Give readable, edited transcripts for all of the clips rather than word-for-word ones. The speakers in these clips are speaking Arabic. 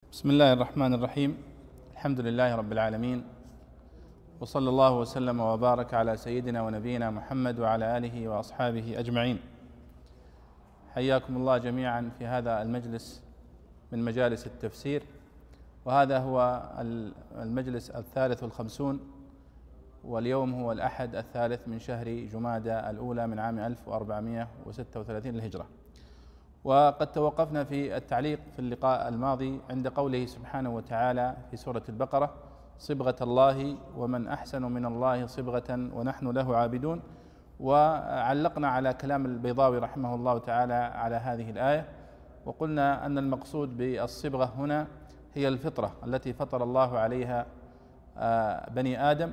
بسم الله الرحمن الرحيم. الحمد لله رب العالمين، وصلى الله وسلم وبارك على سيدنا ونبينا محمد وعلى آله وأصحابه أجمعين. حياكم الله جميعا في هذا المجلس من مجالس التفسير، وهذا هو المجلس 53، واليوم هو الأحد 3 من شهر جمادى الأولى من عام 1436 للهجرة. وقد توقفنا في التعليق في اللقاء الماضي عند قوله سبحانه وتعالى في سورة البقرة: صبغة الله ومن أحسن من الله صبغة ونحن له عابدون. وعلقنا على كلام البيضاوي رحمه الله تعالى على هذه الآية، وقلنا أن المقصود بالصبغة هنا هي الفطرة التي فطر الله عليها بني آدم،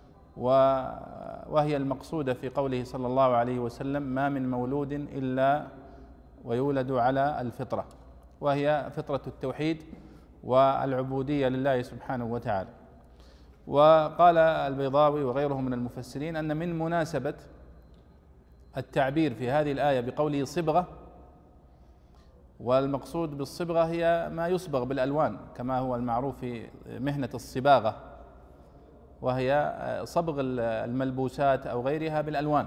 وهي المقصودة في قوله صلى الله عليه وسلم: ما من مولود إلا ويولد على الفطرة، وهي فطرة التوحيد والعبودية لله سبحانه وتعالى. وقال البيضاوي وغيره من المفسرين أن من مناسبة التعبير في هذه الآية بقوله صبغة، والمقصود بالصبغة هي ما يصبغ بالألوان كما هو المعروف في مهنة الصباغة، وهي صبغ الملبوسات أو غيرها بالألوان،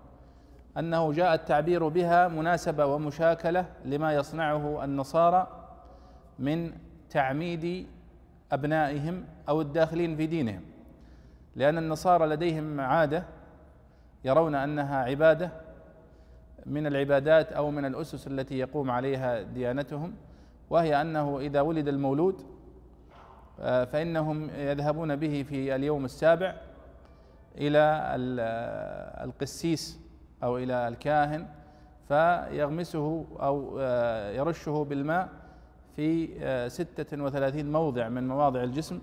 أنه جاء التعبير بها مناسبة ومشاكلة لما يصنعه النصارى من تعميد أبنائهم أو الداخلين في دينهم، لأن النصارى لديهم عادة يرون أنها عبادة من العبادات أو من الأسس التي يقوم عليها ديانتهم، وهي أنه إذا ولد المولود فإنهم يذهبون به في اليوم السابع إلى القسيس أو إلى الكاهن فيغمسه أو يرشه بالماء في 36 موضع من مواضع الجسم،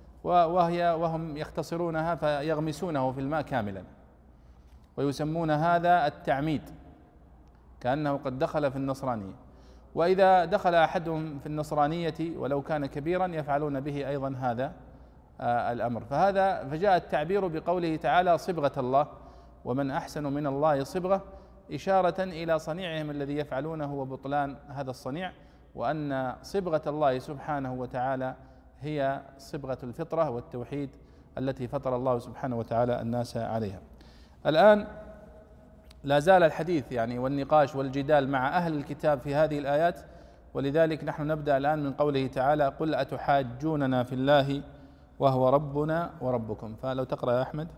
وهم يختصرونها فيغمسونه في الماء كاملا، ويسمون هذا التعميد، كأنه قد دخل في النصرانية. وإذا دخل أحدهم في النصرانية ولو كان كبيرا يفعلون به أيضا هذا الأمر. فجاء التعبير بقوله تعالى: صبغة الله ومن أحسن من الله صبغة، إشارة إلى صنيعهم الذي يفعلونه وبطلان هذا الصنيع، وأن صبغة الله سبحانه وتعالى هي صبغة الفطرة والتوحيد التي فطر الله سبحانه وتعالى الناس عليها. الآن لا زال الحديث والنقاش والجدال مع أهل الكتاب في هذه الآيات، ولذلك نحن نبدأ الآن من قوله تعالى: قل أتحاجوننا في الله وهو ربنا وربكم. فلو تقرأ يا أحمد.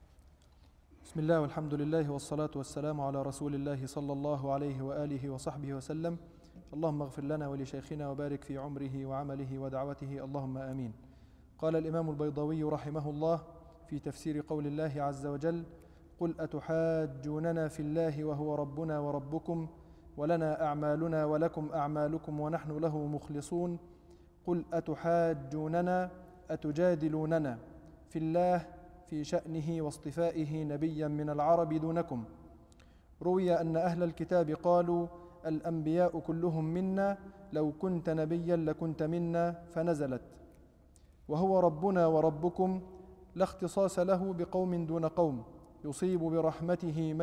بسم الله والحمد لله والصلاة والسلام على رسول الله صلى الله عليه وآله وصحبه وسلم. اللهم اغفر لنا ولشيخنا وبارك في عمره وعمله ودعوته، اللهم آمين. قال الإمام البيضاوي رحمه الله في تفسير قول الله عز وجل: قل أتحاجوننا في الله وهو ربنا وربكم ولنا أعمالنا ولكم أعمالكم ونحن له مخلصون. قل أتحاجوننا أتجادلوننا في الله في شأنه واصطفائه نبيا من العرب دونكم. روي أن أهل الكتاب قالوا: الأنبياء كلهم منا، لو كنت نبيا لكنت منا، فنزلت: وهو ربنا وربكم لا اختصاص له بقوم دون قوم، يصيب برحمته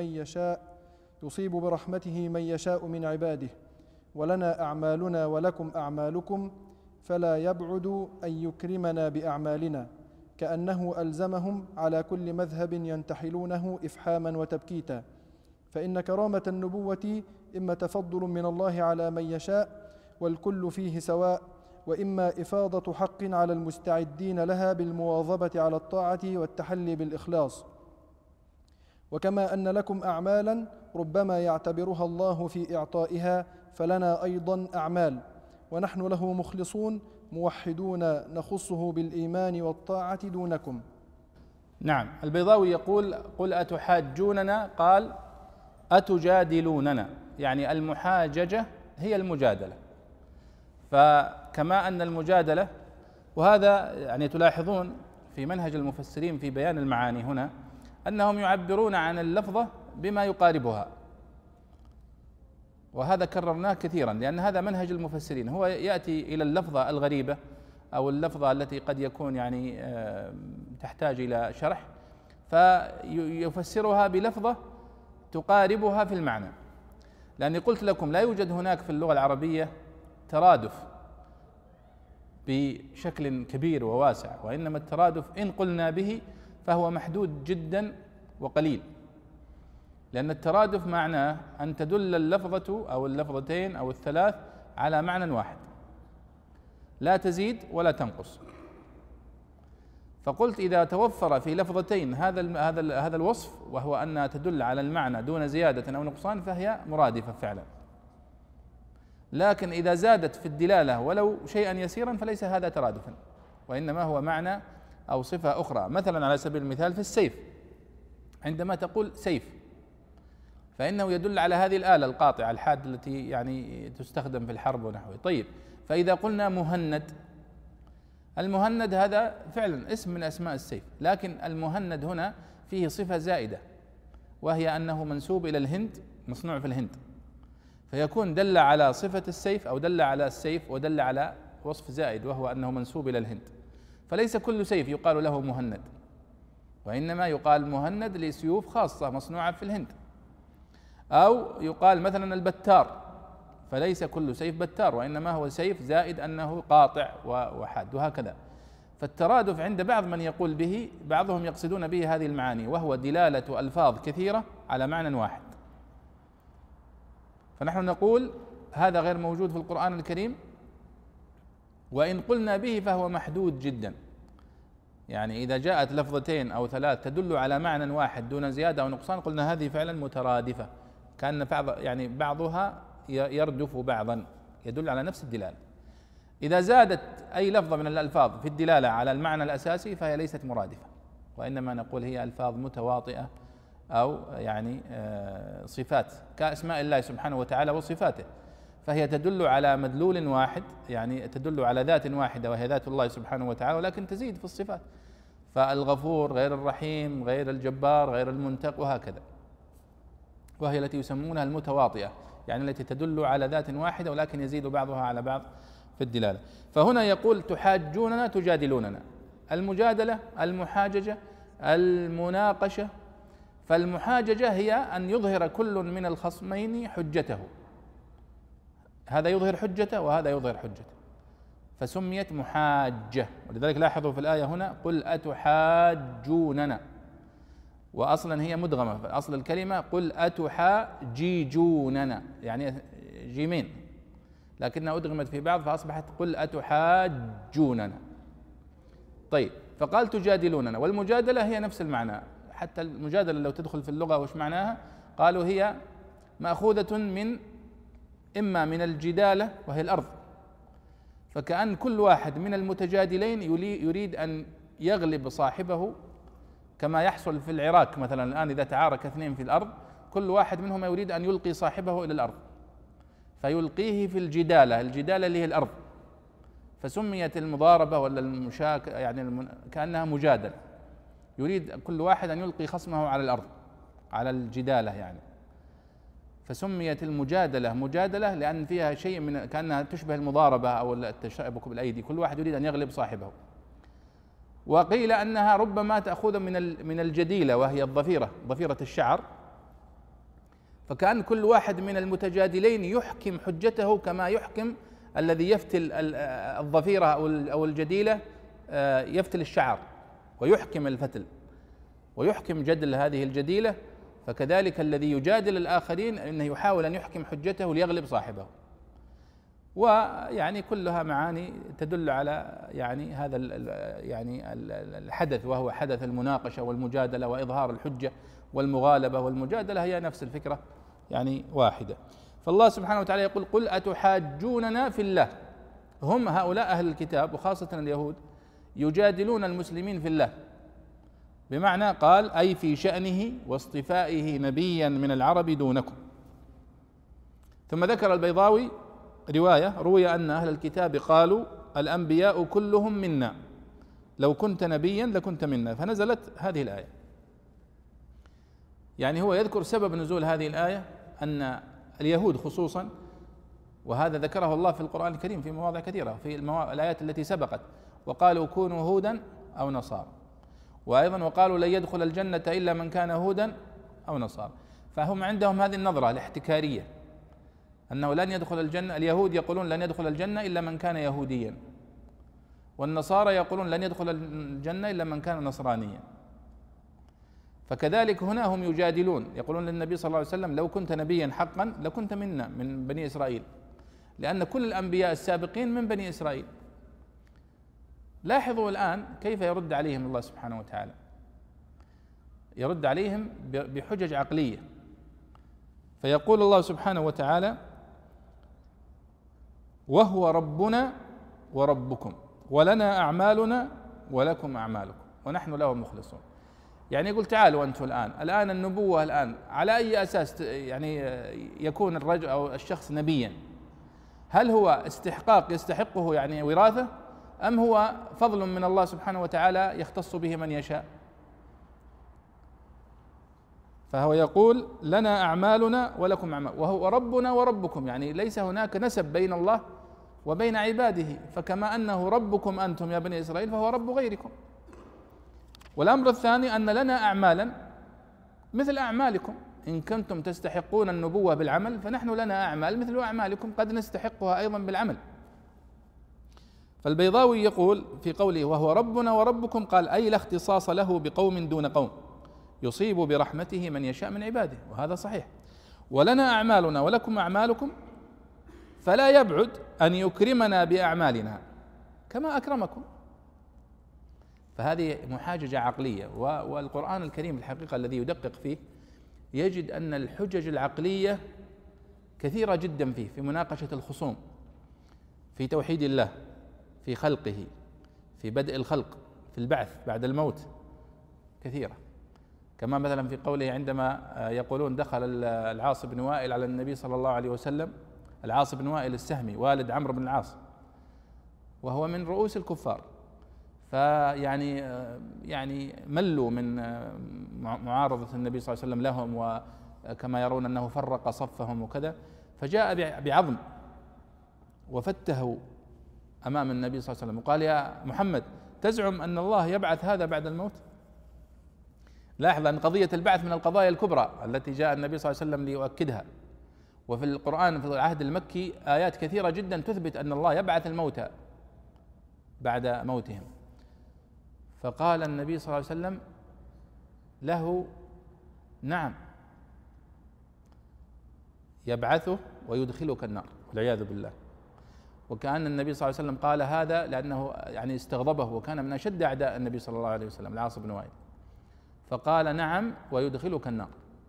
من يشاء من عباده، ولنا أعمالنا ولكم أعمالكم، فلا يبعد أن يكرمنا بأعمالنا، كأنه ألزمهم على كل مذهب ينتحلونه إفحاما وتبكيتا. فإن كرامة النبوة إما تفضل من الله على من يشاء والكل فيه سواء، وإما إفاضة حق على المستعدين لها بالمواظبة على الطاعة والتحلي بالإخلاص. وكما أن لكم أعمالا ربما يعتبرها الله في إعطائها، فلنا أيضا أعمال، ونحن له مخلصون موحدون نخصه بالإيمان والطاعة دونكم. نعم، البيضاوي يقول: قل أتحاجوننا، قال أتجادلوننا، يعني المحاججة هي المجادلة. فكما أن المجادلة، وهذا تلاحظون في منهج المفسرين في بيان المعاني هنا أنهم يعبرون عن اللفظة بما يقاربها، وهذا كررناه كثيرا، لأن هذا منهج المفسرين، هو يأتي إلى اللفظة الغريبة أو اللفظة التي قد يكون تحتاج إلى شرح، فيفسرها بلفظة تقاربها في المعنى. لأني قلت لكم لا يوجد هناك في اللغة العربية ترادف بشكل كبير وواسع، وإنما الترادف إن قلنا به فهو محدود جدا وقليل، لأن الترادف معناه أن تدل اللفظة أو اللفظتين أو الثلاث على معنى واحد لا تزيد ولا تنقص. فقلت إذا توفر في لفظتين هذا الوصف، وهو أنها تدل على المعنى دون زيادة أو نقصان، فهي مرادفة فعلا. لكن إذا زادت في الدلالة ولو شيئا يسيرا فليس هذا ترادفا، وإنما هو معنى أو صفة أخرى. مثلا على سبيل المثال في السيف، عندما تقول سيف فإنه يدل على هذه الآلة القاطعة الحادة التي يعني تستخدم في الحرب ونحوه. طيب، فإذا قلنا مهند، المهند هذا فعلا اسم من أسماء السيف، لكن المهند هنا فيه صفة زائدة، وهي أنه منسوب إلى الهند، مصنوع في الهند، فيكون دل على صفة السيف أو دل على السيف ودل على وصف زائد، وهو أنه منسوب إلى الهند. فليس كل سيف يقال له مهند، وإنما يقال مهند لسيوف خاصة مصنوعة في الهند. أو يقال مثلا البتار، فليس كل سيف بتار، وإنما هو سيف زائد أنه قاطع وحاد، وهكذا. فالترادف عند بعض من يقول به، بعضهم يقصدون به هذه المعاني، وهو دلالة ألفاظ كثيرة على معنى واحد. فنحن نقول هذا غير موجود في القرآن الكريم، وإن قلنا به فهو محدود جدا. يعني إذا جاءت لفظتين أو ثلاث تدل على معنى واحد دون زيادة أو نقصان، قلنا هذه فعلا مترادفة، كأن بعضها يردف بعضا، يدل على نفس الدلالة. إذا زادت أي لفظة من الألفاظ في الدلالة على المعنى الأساسي فهي ليست مرادفة، وإنما نقول هي ألفاظ متواطئة، أو يعني صفات كأسماء الله سبحانه وتعالى وصفاته، فهي تدل على مدلول واحد، يعني تدل على ذات واحدة وهي ذات الله سبحانه وتعالى، ولكن تزيد في الصفات، فالغفور غير الرحيم غير الجبار غير المنتق وهكذا، وهي التي يسمونها المتواطئة، يعني التي تدل على ذات واحدة ولكن يزيد بعضها على بعض في الدلالة. فهنا يقول تحاجوننا تجادلوننا، المجادلة، المحاججة، المناقشة. فالمحاججة هي أن يظهر كل من الخصمين حجته، هذا يظهر حجته وهذا يظهر حجته، فسميت محاجة. ولذلك لاحظوا في الآية هنا قل أتحاجوننا، وأصلا هي مدغمة في أصل الكلمة، قل أتحاجيجوننا، يعني جيمين، لكنها أدغمت في بعض فأصبحت قل أتحاجوننا. طيب، فقال تجادلوننا، والمجادلة هي نفس المعنى. حتى المجادلة لو تدخل في اللغة وش معناها؟ قالوا هي مأخوذة إما من الجدالة وهي الأرض، فكأن كل واحد من المتجادلين يريد أن يغلب صاحبه، كما يحصل في العراك مثلا الآن إذا تعارك اثنين في الأرض، كل واحد منهما يريد أن يلقي صاحبه إلى الأرض فيلقيه في الجدالة اللي هي الأرض، فسميت المضاربة ولا المشاكة يعني كأنها مجادلة، يريد كل واحد أن يلقي خصمه على الأرض، على الجدالة يعني، فسميت المجادلة مجادلة لأن فيها شيء من كأنها تشبه المضاربة أو التشابك بالأيدي، كل واحد يريد أن يغلب صاحبه. وقيل أنها ربما تأخذ من الجديلة وهي ضفيرة الشعر، فكأن كل واحد من المتجادلين يحكم حجته كما يحكم الذي يفتل الضفيرة أو الجديلة، يفتل الشعر ويحكم الفتل ويحكم جدل هذه الجديلة، فكذلك الذي يجادل الآخرين أنه يحاول أن يحكم حجته ليغلب صاحبه. ويعني كلها معاني تدل على يعني هذا يعني الحدث، وهو حدث المناقشة والمجادلة وإظهار الحجة والمغالبة، والمجادلة هي نفس الفكرة يعني واحدة. فالله سبحانه وتعالى يقول قل أتحاجوننا في الله، هم هؤلاء أهل الكتاب وخاصة اليهود يجادلون المسلمين في الله، بمعنى قال أي في شأنه واصطفائه نبيا من العرب دونكم. ثم ذكر البيضاوي رواية روي أن أهل الكتاب قالوا الأنبياء كلهم منا، لو كنت نبيا لكنت منا، فنزلت هذه الآية. يعني هو يذكر سبب نزول هذه الآية أن اليهود خصوصا، وهذا ذكره الله في القرآن الكريم في مواضع كثيرة في الآيات التي سبقت، وقالوا كونوا هودا أو نصارى، وأيضا وقالوا لن يدخل الجنة إلا من كان هودا أو نصارى. فهم عندهم هذه النظرة الاحتكارية أنه لن يدخل الجنة، اليهود يقولون لن يدخل الجنة إلا من كان يهوديا، والنصارى يقولون لن يدخل الجنة إلا من كان نصرانيا. فكذلك هنا هم يجادلون، يقولون للنبي صلى الله عليه وسلم لو كنت نبيا حقا لكنت منا من بني إسرائيل، لأن كل الأنبياء السابقين من بني إسرائيل. لاحظوا الآن كيف يرد عليهم الله سبحانه وتعالى، يرد عليهم بحجج عقلية. فيقول الله سبحانه وتعالى: وهو ربنا وربكم ولنا أعمالنا ولكم أعمالكم ونحن له مخلصون. يعني يقول تعالوا أنتم الآن النبوة الآن على أي أساس يعني يكون الرجل أو الشخص نبيا؟ هل هو استحقاق يستحقه يعني وراثة، أم هو فضل من الله سبحانه وتعالى يختص به من يشاء؟ فهو يقول لنا أعمالنا ولكم أعمال، وهو ربنا وربكم، يعني ليس هناك نسب بين الله وبين عباده، فكما أنه ربكم أنتم يا بني إسرائيل فهو رب غيركم. والأمر الثاني أن لنا أعمالا مثل أعمالكم، إن كنتم تستحقون النبوة بالعمل فنحن لنا أعمال مثل أعمالكم قد نستحقها أيضا بالعمل. فالبيضاوي يقول في قوله وهو ربنا وربكم، قال أي لا اختصاص له بقوم دون قوم، يصيب برحمته من يشاء من عباده، وهذا صحيح. ولنا أعمالنا ولكم أعمالكم، فلا يبعد أن يكرمنا بأعمالنا كما أكرمكم. فهذه محاججة عقلية، والقرآن الكريم الحقيقة الذي يدقق فيه يجد أن الحجج العقلية كثيرة جدا فيه، في مناقشة الخصوم، في توحيد الله، في خلقه، في بدء الخلق، في البعث بعد الموت، كثيرة. كما مثلا في قوله عندما يقولون دخل العاص بن وائل على النبي صلى الله عليه وسلم، العاص بن وائل السهمي والد عمرو بن العاص، وهو من رؤوس الكفار، يعني ملوا من معارضة النبي صلى الله عليه وسلم لهم، وكما يرون أنه فرق صفهم وكذا، فجاء بعظم وفته أمام النبي صلى الله عليه وسلم وقال يا محمد تزعم أن الله يبعث هذا بعد الموت؟ لاحظ أن قضية البعث من القضايا الكبرى التي جاء النبي صلى الله عليه وسلم ليؤكدها، وفي القرآن في العهد المكي آيات كثيرة جدا تثبت أن الله يبعث الموتى بعد موتهم. فقال النبي صلى الله عليه وسلم له نعم يبعثه ويدخلك النار والعياذ بالله. وكأن النبي صلى الله عليه وسلم قال هذا لأنه يعني استغضبه، وكان من أشد أعداء النبي صلى الله عليه وسلم العاص بن وائل، فقال نعم ويدخلك النار.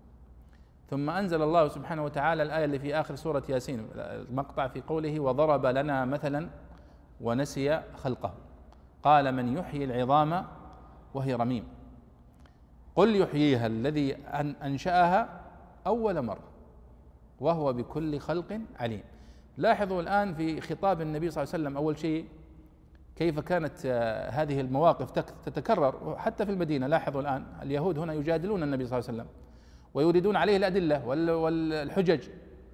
ثم أنزل الله سبحانه وتعالى الآية اللي في آخر سورة ياسين، المقطع في قوله وضرب لنا مثلا ونسي خلقه قال من يحيي العظام وهي رميم قل يحييها الذي أنشأها أول مرة وهو بكل خلق عليم. لاحظوا الآن في خطاب النبي صلى الله عليه وسلم أول شيء كيف كانت هذه المواقف تتكرر حتى في المدينة. لاحظوا الآن اليهود هنا يجادلون النبي صلى الله عليه وسلم ويريدون عليه الأدلة والحجج،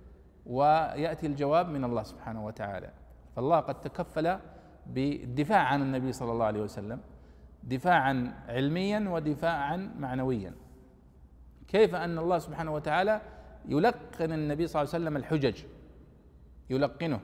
ويأتي الجواب من الله سبحانه وتعالى. فالله قد تكفل بالدفاع عن النبي صلى الله عليه وسلم دفاعا علميا ودفاعا معنويا. كيف أن الله سبحانه وتعالى يلقن النبي صلى الله عليه وسلم الحجج، يلقنه،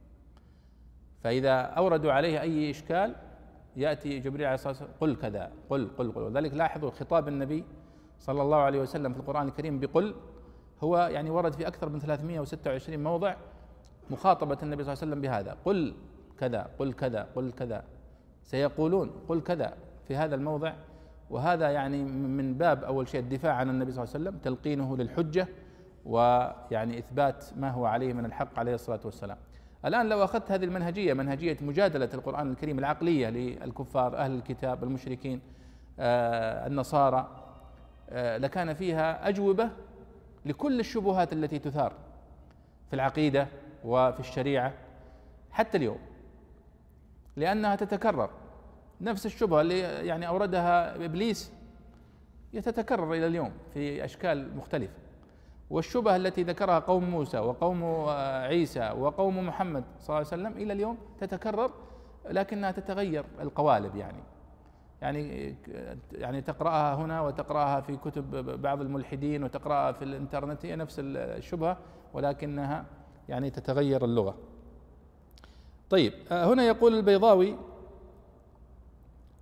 فإذا أوردوا عليه أي إشكال يأتي جبريل عليه الصلاة والسلام قل كذا قل قل قل. وذلك لاحظوا خطاب النبي صلى الله عليه وسلم في القرآن الكريم بقل هو يعني ورد في أكثر من 326 موضع مخاطبة النبي صلى الله عليه وسلم بهذا، قل كذا قل كذا قل كذا، سيقولون قل كذا في هذا الموضع. وهذا يعني من باب أول شيء الدفاع عن النبي صلى الله عليه وسلم، تلقينه للحجة ويعني إثبات ما هو عليه من الحق عليه الصلاة والسلام. الآن لو أخذت هذه المنهجية، منهجية مجادلة القرآن الكريم العقلية للكفار أهل الكتاب المشركين النصارى، لكان فيها أجوبة لكل الشبهات التي تثار في العقيدة وفي الشريعة حتى اليوم، لأنها تتكرر. نفس الشبهة اللي يعني أوردها إبليس يتتكرر إلى اليوم في أشكال مختلفة، والشبهة التي ذكرها قوم موسى وقوم عيسى وقوم محمد صلى الله عليه وسلم إلى اليوم تتكرر، لكنها تتغير القوالب. يعني تقرأها هنا وتقرأها في كتب بعض الملحدين وتقرأها في الإنترنت، هي نفس الشبهة ولكنها يعني تتغير اللغة. طيب، هنا يقول البيضاوي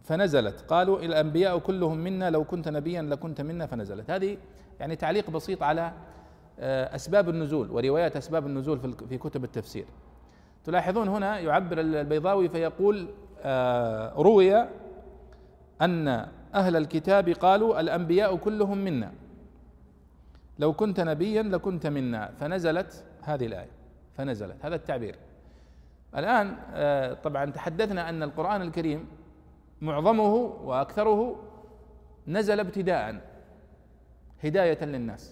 فنزلت. قالوا الأنبياء كلهم منا، لو كنت نبيا لكنت منا فنزلت. هذه يعني تعليق بسيط على أسباب النزول وروايات أسباب النزول في كتب التفسير. تلاحظون هنا يعبر البيضاوي فيقول روي أن أهل الكتاب قالوا الأنبياء كلهم منا، لو كنت نبيا لكنت منا، فنزلت هذه الآية. فنزلت، هذا التعبير. الآن طبعا تحدثنا أن القرآن الكريم معظمه وأكثره نزل ابتداء هداية للناس.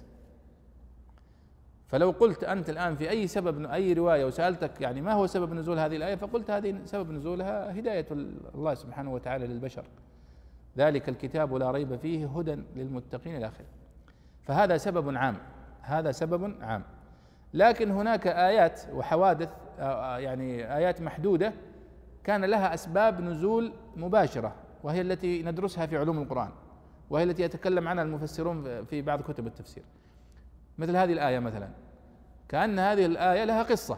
فلو قلت أنت الآن في أي سبب أي رواية وسألتك يعني ما هو سبب نزول هذه الآية، فقلت هذه سبب نزولها هداية الله سبحانه وتعالى للبشر، ذلك الكتاب لا ريب فيه هدى للمتقين إلى آخره. فهذا سبب عام، هذا سبب عام. لكن هناك آيات وحوادث يعني آيات محدودة كان لها أسباب نزول مباشرة، وهي التي ندرسها في علوم القرآن، وهي التي يتكلم عنها المفسرون في بعض كتب التفسير. مثل هذه الآية مثلا، كأن هذه الآية لها قصة.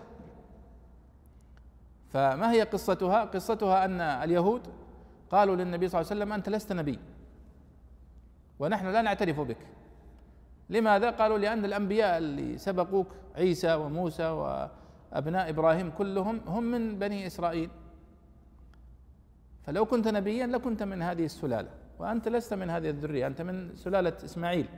فما هي قصتها؟ قصتها أن اليهود قالوا للنبي صلى الله عليه وسلم أنت لست نبي ونحن لا نعترف بك. لماذا؟ قالوا لأن الأنبياء اللي سبقوك عيسى وموسى وأبناء إبراهيم كلهم هم من بني إسرائيل، فلو كنت نبيا لكنت من هذه السلالة، وأنت لست من هذه الذرية، أنت من سلالة إسماعيل.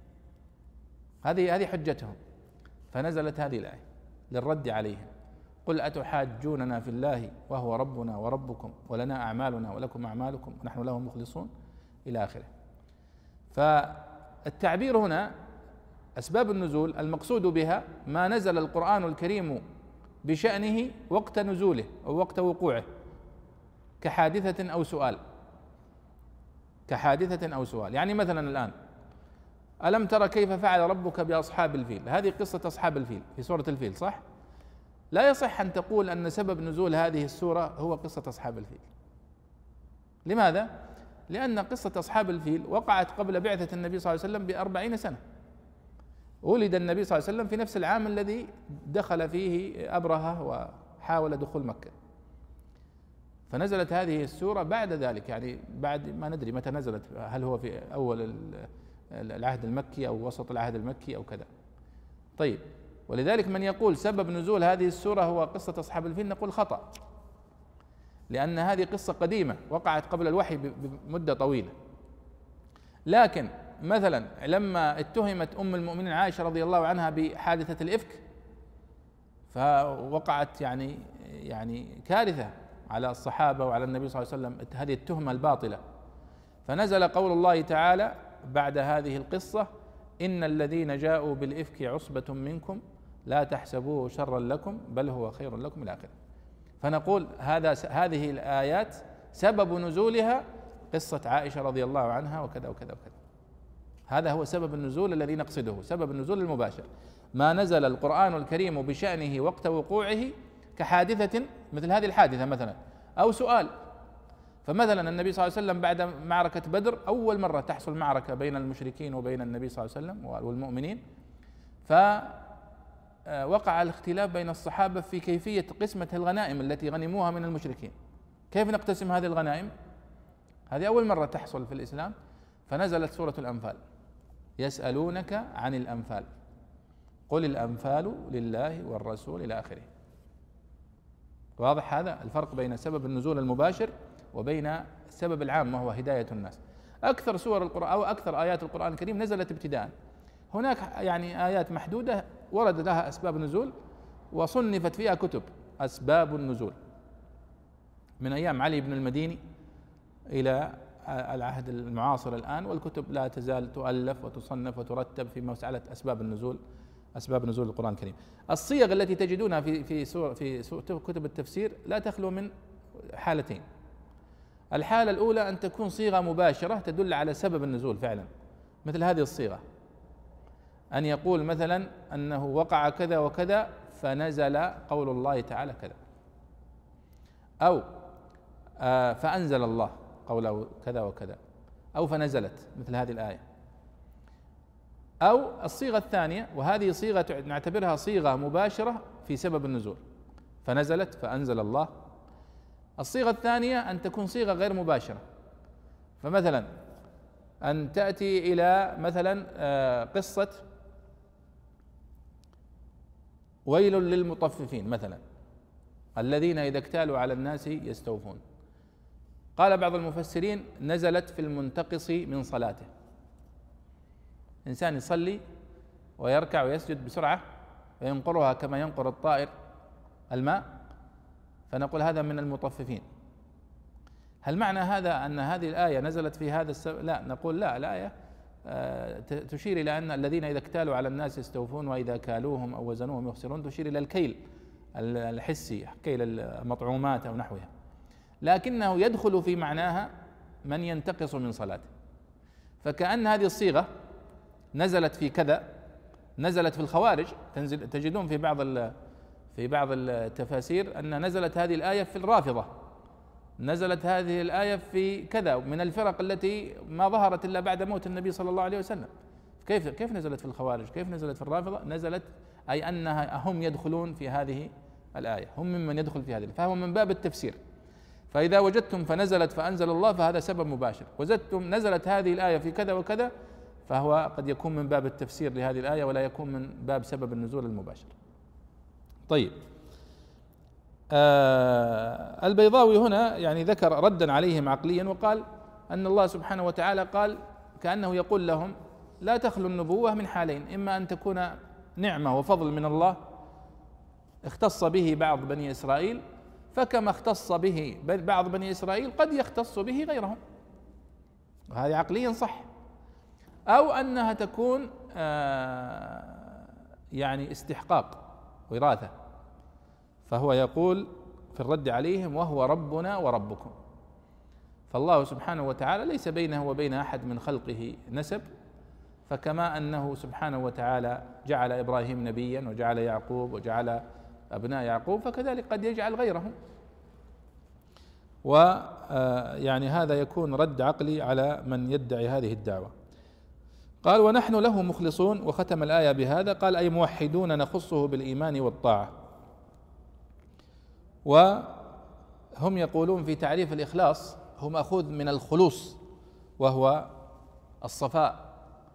هذه حجتهم. فنزلت هذه الآية للرد عليهم: قل أتحاجوننا في الله وهو ربنا وربكم ولنا أعمالنا ولكم أعمالكم ونحن له مخلصون إلى آخره. فالتعبير هنا أسباب النزول المقصود بها ما نزل القرآن الكريم بشأنه وقت نزوله أو وقت وقوعه، كحادثة أو سؤال. كحادثة أو سؤال. يعني مثلا الآن ألم ترى كيف فعل ربك بأصحاب الفيل؟ هذه قصة أصحاب الفيل في سورة الفيل، صح؟ لا يصح أن تقول أن سبب نزول هذه السورة هو قصة أصحاب الفيل. لماذا؟ لأن قصة أصحاب الفيل وقعت قبل بعثة النبي صلى الله عليه وسلم ب40 سنة. ولد النبي صلى الله عليه وسلم في نفس العام الذي دخل فيه أبرهة وحاول دخول مكة. فنزلت هذه السورة بعد ذلك، يعني بعد ما ندري متى نزلت، هل هو في أول العهد المكي أو وسط العهد المكي أو كذا. طيب، ولذلك من يقول سبب نزول هذه السورة هو قصة أصحاب الفيل نقول خطأ، لأن هذه قصة قديمة وقعت قبل الوحي بمدة طويلة. لكن مثلا لما اتهمت أم المؤمنين عائشة رضي الله عنها بحادثة الإفك، فوقعت يعني كارثة على الصحابة وعلى النبي صلى الله عليه وسلم، هذه التهمة الباطلة. فنزل قول الله تعالى بعد هذه القصة: إن الذين جاءوا بالإفك عصبة منكم لا تحسبوه شرا لكم بل هو خير لكم إلى آخره. فنقول هذه الآيات سبب نزولها قصة عائشة رضي الله عنها وكذا وكذا وكذا. هذا هو سبب النزول الذي نقصده، سبب النزول المباشر ما نزل القرآن الكريم بشأنه وقت وقوعه، كحادثة مثل هذه الحادثة مثلا، أو سؤال. فمثلا النبي صلى الله عليه وسلم بعد معركة بدر أول مرة تحصل معركة بين المشركين وبين النبي صلى الله عليه وسلم والمؤمنين، فوقع الاختلاف بين الصحابة في كيفية قسمة الغنائم التي غنموها من المشركين. كيف نقتسم هذه الغنائم؟ هذه أول مرة تحصل في الإسلام. فنزلت سورة الأنفال: يسألونك عن الأنفال قل الأنفال لله والرسول إلى آخره. واضح هذا الفرق بين سبب النزول المباشر وبين السبب العام وهو هداية الناس. أكثر سور القرآن أو أكثر آيات القرآن الكريم نزلت ابتداء. هناك يعني آيات محدودة ورد لها أسباب نزول وصنفت فيها كتب أسباب النزول، من أيام علي بن المديني إلى العهد المعاصر الآن، والكتب لا تزال تؤلف وتصنف وترتب في مسألة أسباب النزول، أسباب نزول القرآن الكريم. الصيغ التي تجدونها في كتب التفسير لا تخلو من حالتين. الحالة الأولى أن تكون صيغة مباشرة تدل على سبب النزول فعلا، مثل هذه الصيغة، أن يقول مثلا أنه وقع كذا وكذا فنزل قول الله تعالى كذا، أو فأنزل الله قوله كذا وكذا، أو فنزلت مثل هذه الآية. أو الصيغة الثانية، وهذه صيغة نعتبرها صيغة مباشرة في سبب النزول، فنزلت فأنزل الله. الصيغة الثانية أن تكون صيغة غير مباشرة، فمثلا أن تأتي إلى مثلا قصة ويل للمطففين مثلا الذين إذا اكتالوا على الناس يستوفون. قال بعض المفسرين نزلت في المنتقص من صلاته، إنسان يصلي ويركع ويسجد بسرعة وينقرها كما ينقر الطائر الماء، فنقول هذا من المطففين. هل معنى هذا أن هذه الآية نزلت في هذا السبب؟ لا، نقول لا، الآية تشير إلى أن الذين إذا اكتالوا على الناس يستوفون وإذا كالوهم أو وزنوهم يخسرون، تشير إلى الكيل الحسي، كيل المطعومات أو نحوها، لكنه يدخل في معناها من ينتقص من صلاته. فكأن هذه الصيغة نزلت في كذا، نزلت في الخوارج. تجدون في بعض التفاسير أن نزلت هذه الآية في الرافضة، نزلت هذه الآية في كذا من الفرق التي ما ظهرت إلا بعد موت النبي صلى الله عليه وسلم. كيف نزلت في الخوارج؟ كيف نزلت في الرافضة؟ نزلت أي أنها هم يدخلون في هذه الآية، هم ممن يدخل في هذه، فهو من باب التفسير. فإذا وجدتم فنزلت فأنزل الله فهذا سبب مباشر، وجدتم نزلت هذه الآية في كذا وكذا فهو قد يكون من باب التفسير لهذه الآية ولا يكون من باب سبب النزول المباشر. طيب، البيضاوي هنا يعني ذكر ردا عليهم عقليا، وقال أن الله سبحانه وتعالى قال كأنه يقول لهم لا تخلو النبوة من حالين، إما أن تكون نعمة وفضل من الله اختص به بعض بني إسرائيل، فكما اختص به بعض بني إسرائيل قد يختص به غيرهم، وهذه عقليا صح، أو أنها تكون يعني استحقاق وراثة. فهو يقول في الرد عليهم وهو ربنا وربكم، فالله سبحانه وتعالى ليس بينه وبين أحد من خلقه نسب، فكما أنه سبحانه وتعالى جعل إبراهيم نبيا وجعل يعقوب وجعل أبناء يعقوب، فكذلك قد يجعل غيرهم. ويعني هذا يكون رد عقلي على من يدعي هذه الدعوة. قال ونحن له مخلصون، وختم الآية بهذا، قال أي موحدون نخصه بالإيمان والطاعة. وهم يقولون في تعريف الإخلاص هو مأخوذ من الخلوص وهو الصفاء،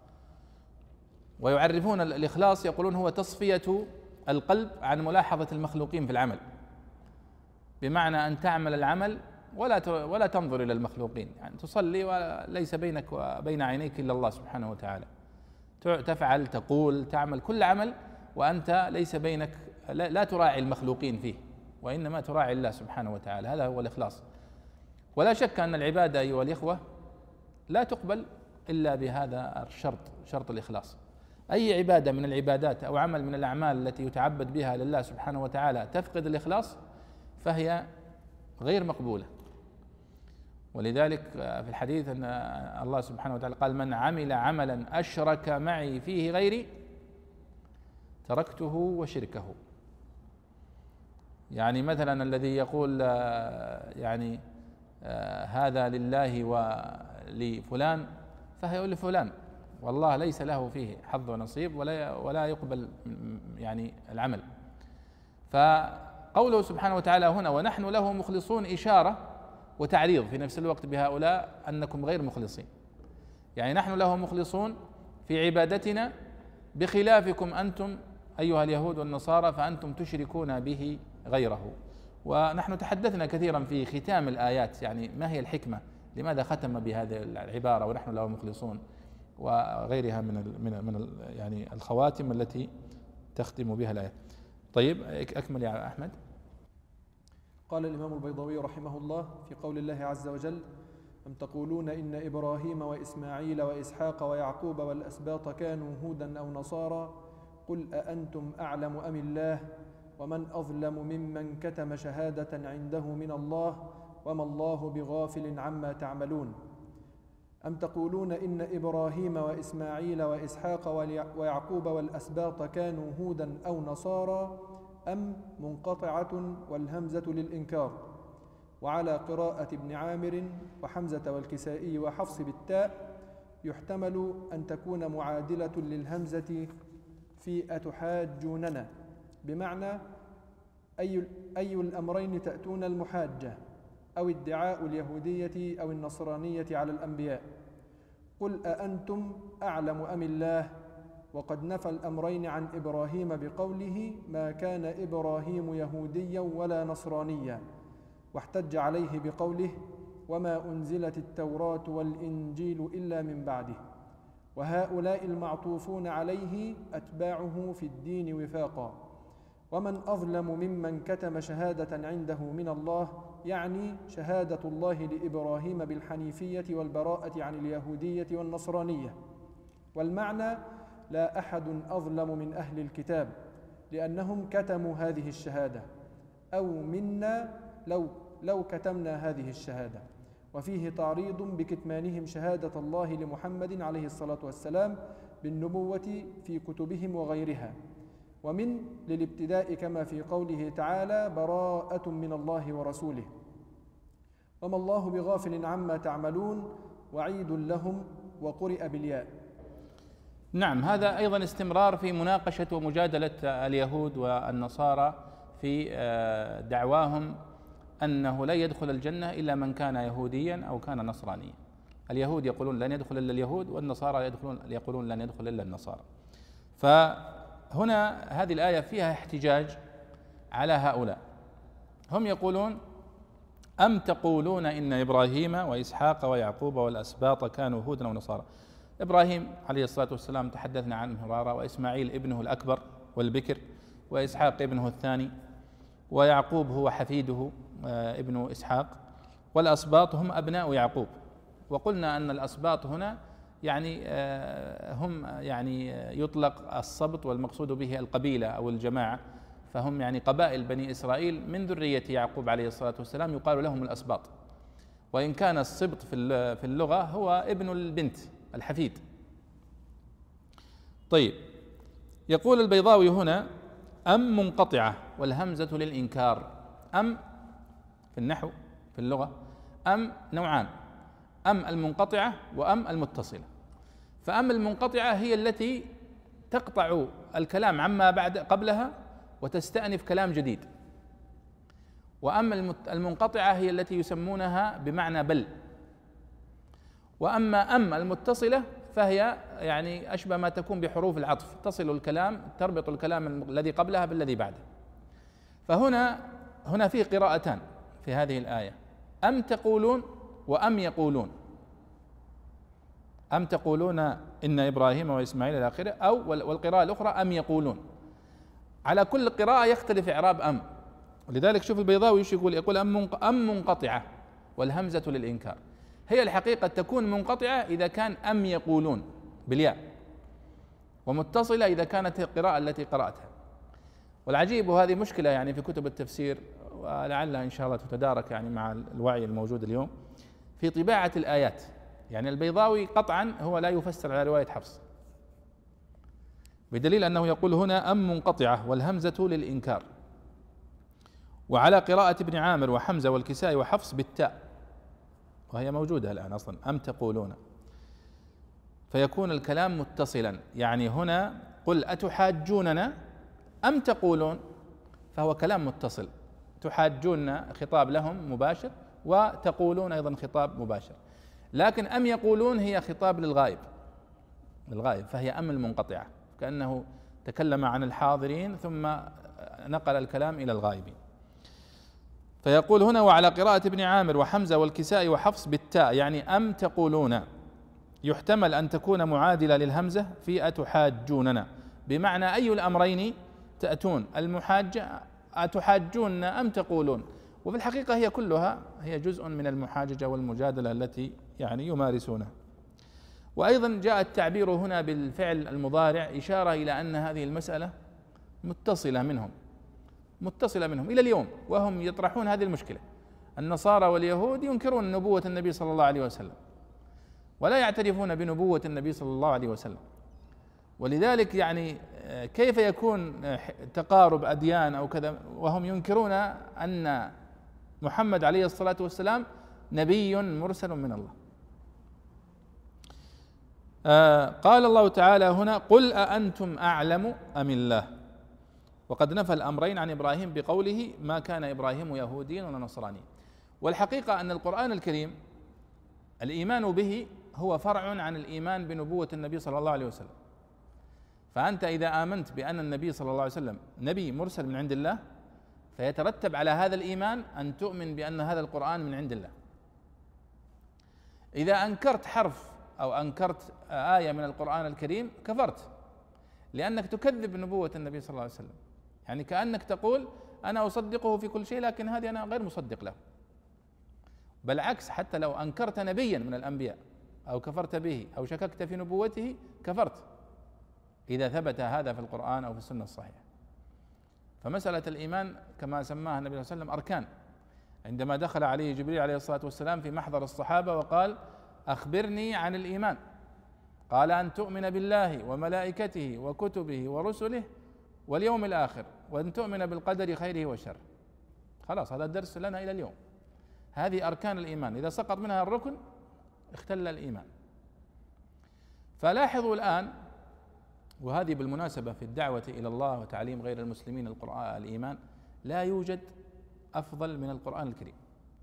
ويعرفون الإخلاص يقولون هو تصفية القلب عن ملاحظة المخلوقين في العمل، بمعنى أن تعمل العمل ولا تنظر إلى المخلوقين، يعني تصلي وليس بينك وبين عينيك إلا الله سبحانه وتعالى، تفعل تقول تعمل كل عمل وأنت ليس بينك، لا تراعي المخلوقين فيه، وإنما تراعي الله سبحانه وتعالى. هذا هو الإخلاص. ولا شك أن العبادة أيها الإخوة لا تقبل إلا بهذا الشرط، شرط الإخلاص. أي عبادة من العبادات أو عمل من الأعمال التي يتعبد بها لله سبحانه وتعالى تفقد الإخلاص فهي غير مقبولة. ولذلك في الحديث أن الله سبحانه وتعالى قال من عمل عملا أشرك معي فيه غيري تركته وشركه. يعني مثلا الذي يقول يعني هذا لله ولفلان، فهيقول لفلان والله ليس له فيه حظ ونصيب ولا يقبل يعني العمل. فقوله سبحانه وتعالى هنا ونحن له مخلصون إشارة وتعريض في نفس الوقت بهؤلاء أنكم غير مخلصين، يعني نحن له مخلصون في عبادتنا بخلافكم أنتم أيها اليهود والنصارى، فأنتم تشركون به غيره. ونحن تحدثنا كثيرا في ختام الآيات، يعني ما هي الحكمة، لماذا ختم بهذه العبارة ونحن له مخلصون وغيرها من يعني الخواتم التي تختم بها الآية. طيب أكمل يا أحمد. قال الإمام البيضاوي رحمه الله في قول الله عز وجل أم تقولون إن إبراهيم وإسماعيل وإسحاق ويعقوب والأسباط كانوا هودا أو نصارى قل أأنتم أعلم أم الله ومن أظلم ممن كتم شهادة عنده من الله وما الله بغافل عما تعملون. أم تقولون إن إبراهيم وإسماعيل وإسحاق ويعقوب والأسباط كانوا هودا أو نصارى أم منقطعة والهمزة للإنكار، وعلى قراءة ابن عامر وحمزة والكسائي وحفص بالتاء يحتمل أن تكون معادلة للهمزة في أتحاجوننا، بمعنى أي الأمرين تأتون المحاجة، أو ادعاء اليهودية أو النصرانية على الأنبياء. قل أأنتم أعلم أم الله؟ وقد نفى الأمرين عن إبراهيم بقوله ما كان إبراهيم يهوديا ولا نصرانيا، واحتج عليه بقوله وما أنزلت التوراة والإنجيل إلا من بعده. وهؤلاء المعطوفون عليه أتباعه في الدين وفاقا. ومن أظلم ممن كتم شهادة عنده من الله، يعني شهادة الله لإبراهيم بالحنيفية والبراءة عن اليهودية والنصرانية. والمعنى لا أحد أظلم من أهل الكتاب، لأنهم كتموا هذه الشهادة، أو منا لو كتمنا هذه الشهادة. وفيه تعريض بكتمانهم شهادة الله لمحمد عليه الصلاة والسلام بالنبوة في كتبهم وغيرها. ومن للابتداء كما في قوله تعالى براءة من الله ورسوله. وما الله بغافل عما تعملون وعيد لهم، وقرئ بالياء. نعم، هذا أيضا استمرار في مناقشة ومجادلة اليهود والنصارى في دعواهم أنه لا يدخل الجنة إلا من كان يهوديا أو كان نصرانيا. اليهود يقولون لن يدخل إلا اليهود، والنصارى يقولون لن يدخل إلا النصارى. فهنا هذه الآية فيها احتجاج على هؤلاء. هم يقولون أم تقولون إن إبراهيم وإسحاق ويعقوب والأسباط كانوا هودا ونصارى. إبراهيم عليه الصلاة والسلام تحدثنا عنه مرارا، وإسماعيل ابنه الأكبر والبكر، وإسحاق ابنه الثاني، ويعقوب هو حفيده ابن إسحاق، والأسباط هم أبناء يعقوب. وقلنا أن الأسباط هنا يعني هم يعني يطلق السبط والمقصود به القبيلة أو الجماعة، فهم يعني قبائل بني إسرائيل من ذرية يعقوب عليه الصلاة والسلام، يقال لهم الأسباط. وإن كان السبط في اللغة هو ابن البنت الحفيد. طيب، يقول البيضاوي هنا أم منقطعة والهمزة للإنكار. أم في النحو في اللغة أم نوعان، أم المنقطعة وأم المتصلة. فأم المنقطعة هي التي تقطع الكلام عما بعد قبلها وتستأنف كلام جديد، وأما المنقطعة هي التي يسمونها بمعنى بل. وأما أم المتصلة فهي يعني أشبه ما تكون بحروف العطف، تصل الكلام، تربط الكلام الذي قبلها بالذي بعده. فهنا فيه قراءتان في هذه الآية، أم تقولون وأم يقولون. أم تقولون إن إبراهيم وإسماعيل إلى آخره، أو والقراءة الأخرى أم يقولون. على كل قراءة يختلف إعراب أم، ولذلك شوف البيضاوي يقول أم منقطعة والهمزة للإنكار. هي الحقيقة تكون منقطعة إذا كان أم يقولون بالياء، ومتصلة إذا كانت القراءة التي قرأتها. والعجيب، وهذه مشكلة يعني في كتب التفسير، ولعلها إن شاء الله تتدارك يعني مع الوعي الموجود اليوم في طباعة الآيات. يعني البيضاوي قطعا هو لا يفسر على رواية حفص، بدليل أنه يقول هنا أم منقطعة والهمزة للإنكار، وعلى قراءة ابن عامر وحمزة والكسائي وحفص بالتاء، وهي موجودة الآن أصلا أم تقولون، فيكون الكلام متصلا. يعني هنا قل أتحاجوننا أم تقولون، فهو كلام متصل، تحاجون خطاب لهم مباشر، وتقولون أيضا خطاب مباشر. لكن أم يقولون هي خطاب للغائب، فهي أم المنقطعة، كأنه تكلم عن الحاضرين ثم نقل الكلام إلى الغائبين. فيقول هنا وعلى قراءة ابن عامر وحمزة والكسائي وحفص بالتاء، يعني أم تقولون، يحتمل أن تكون معادلة للهمزة في أتحاجوننا، بمعنى أي الأمرين تأتون، المحاجة أتحاجون أم تقولون. وفي الحقيقة هي كلها هي جزء من المحاججة والمجادلة التي يعني يمارسونها. وأيضا جاء التعبير هنا بالفعل المضارع إشارة إلى أن هذه المسألة متصلة منهم إلى اليوم، وهم يطرحون هذه المشكلة. النصارى واليهود ينكرون نبوة النبي صلى الله عليه وسلم، ولا يعترفون بنبوة النبي صلى الله عليه وسلم. ولذلك يعني كيف يكون تقارب أديان أو كذا وهم ينكرون أن محمد عليه الصلاة والسلام نبي مرسل من الله. قال الله تعالى هنا قل أأنتم أعلم أم الله، وقد نفى الأمرين عن إبراهيم بقوله ما كان إبراهيم يهوديا ولا نصرانيا. والحقيقة أن القرآن الكريم الإيمان به هو فرع عن الإيمان بنبوة النبي صلى الله عليه وسلم. فأنت إذا آمنت بأن النبي صلى الله عليه وسلم نبي مرسل من عند الله، فيترتب على هذا الإيمان أن تؤمن بأن هذا القرآن من عند الله. إذا أنكرت حرف أو أنكرت آية من القرآن الكريم كفرت، لأنك تكذب نبوة النبي صلى الله عليه وسلم. يعني كأنك تقول أنا أصدقه في كل شيء، لكن هذه أنا غير مصدق له. بالعكس، حتى لو أنكرت نبيا من الأنبياء أو كفرت به أو شككت في نبوته كفرت، إذا ثبت هذا في القرآن أو في السنة الصحيحة. فمسألة الإيمان كما سماها النبي صلى الله عليه وسلم أركان. عندما دخل عليه جبريل عليه الصلاة والسلام في محضر الصحابة وقال: أخبرني عن الإيمان، قال: أن تؤمن بالله وملائكته وكتبه ورسله واليوم الآخر، وأن تؤمن بالقدر خيره وشره. خلاص، هذا الدرس لنا إلى اليوم. هذه أركان الإيمان، إذا سقط منها الركن اختل الإيمان. فلاحظوا الآن، وهذه بالمناسبة في الدعوة إلى الله وتعليم غير المسلمين القرآن الإيمان، لا يوجد أفضل من القرآن الكريم.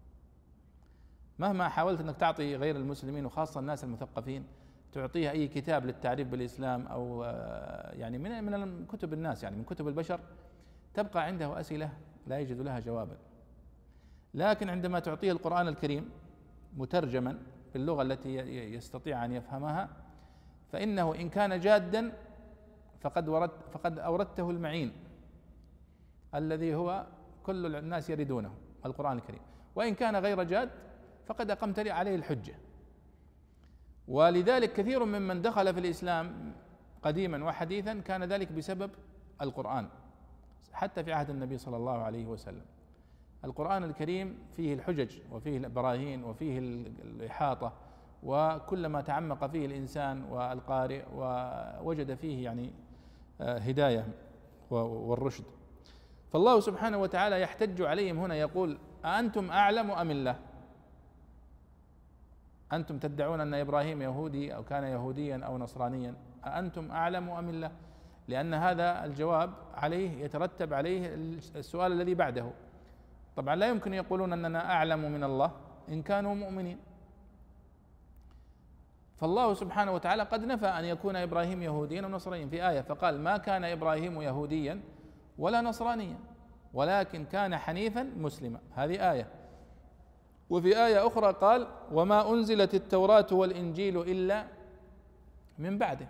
مهما حاولت أنك تعطي غير المسلمين وخاصة الناس المثقفين، تعطيه أي كتاب للتعريف بالإسلام أو يعني من كتب الناس، يعني من كتب البشر، تبقى عنده أسئلة لا يجد لها جوابا. لكن عندما تعطيه القرآن الكريم مترجما باللغة التي يستطيع أن يفهمها، فإنه إن كان جادا فقد أوردته المعين الذي هو كل الناس يريدونه، القرآن الكريم. وإن كان غير جاد فقد أقمت عليه الحجة. ولذلك كثير ممن دخل في الإسلام قديما وحديثا كان ذلك بسبب القرآن. حتى في عهد النبي صلى الله عليه وسلم القرآن الكريم فيه الحجج وفيه البراهين وفيه الإحاطة، وكلما تعمق فيه الإنسان والقارئ ووجد فيه يعني هداية والرشد. فالله سبحانه وتعالى يحتج عليهم هنا، يقول: أأنتم أعلم أم الله؟ أنتم تدعون أن إبراهيم يهودي أو كان يهوديا أو نصرانيا، أأنتم أعلم أم الله؟ لأن هذا الجواب عليه يترتب عليه السؤال الذي بعده. طبعا لا يمكن يقولون أننا أعلم من الله إن كانوا مؤمنين. فالله سبحانه وتعالى قد نفى أن يكون إبراهيم يهوديا أو نصرانيا في آية، فقال: ما كان إبراهيم يهوديا ولا نصرانيا ولكن كان حنيفا مسلما. هذه آية. وفي آية أخرى قال: وما أنزلت التوراة والإنجيل إلا من بعده.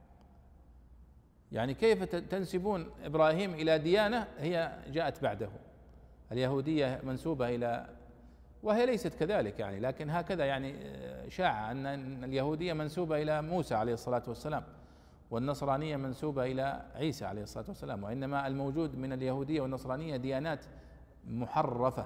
يعني كيف تنسبون إبراهيم إلى ديانة هي جاءت بعده؟ اليهودية منسوبة إلى، وهي ليست كذلك يعني، لكن هكذا يعني شاع أن اليهودية منسوبة إلى موسى عليه الصلاة والسلام، والنصرانية منسوبة إلى عيسى عليه الصلاة والسلام. وإنما الموجود من اليهودية والنصرانية ديانات محرفة،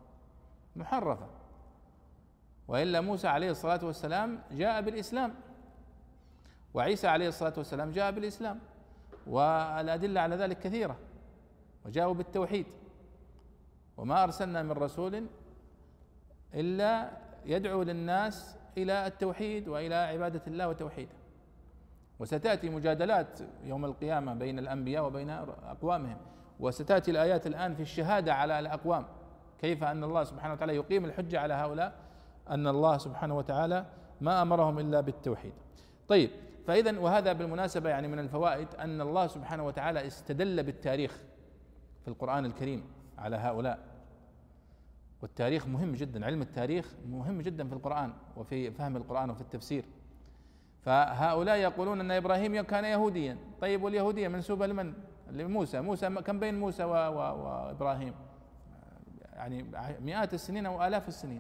وإلا موسى عليه الصلاة والسلام جاء بالإسلام، وعيسى عليه الصلاة والسلام جاء بالإسلام، والأدلة على ذلك كثيرة، وجاءوا بالتوحيد. وما أرسلنا من رسول إلا يدعو للناس إلى التوحيد وإلى عبادة الله وتوحيده. وستأتي مجادلات يوم القيامة بين الأنبياء وبين أقوامهم، وستأتي الآيات الآن في الشهادة على الأقوام، كيف أن الله سبحانه وتعالى يقيم الحجة على هؤلاء أن الله سبحانه وتعالى ما أمرهم إلا بالتوحيد. طيب، فإذا وهذا بالمناسبة يعني من الفوائد أن الله سبحانه وتعالى استدل بالتاريخ في القرآن الكريم على هؤلاء. والتاريخ مهم جدا، علم التاريخ مهم جدا في القرآن وفي فهم القرآن وفي التفسير. فهؤلاء يقولون أن إبراهيم كان يهوديا. طيب، واليهودية منسوبة لمن؟ لموسى. موسى كم بين موسى وإبراهيم؟ يعني مئات السنين أو آلاف السنين،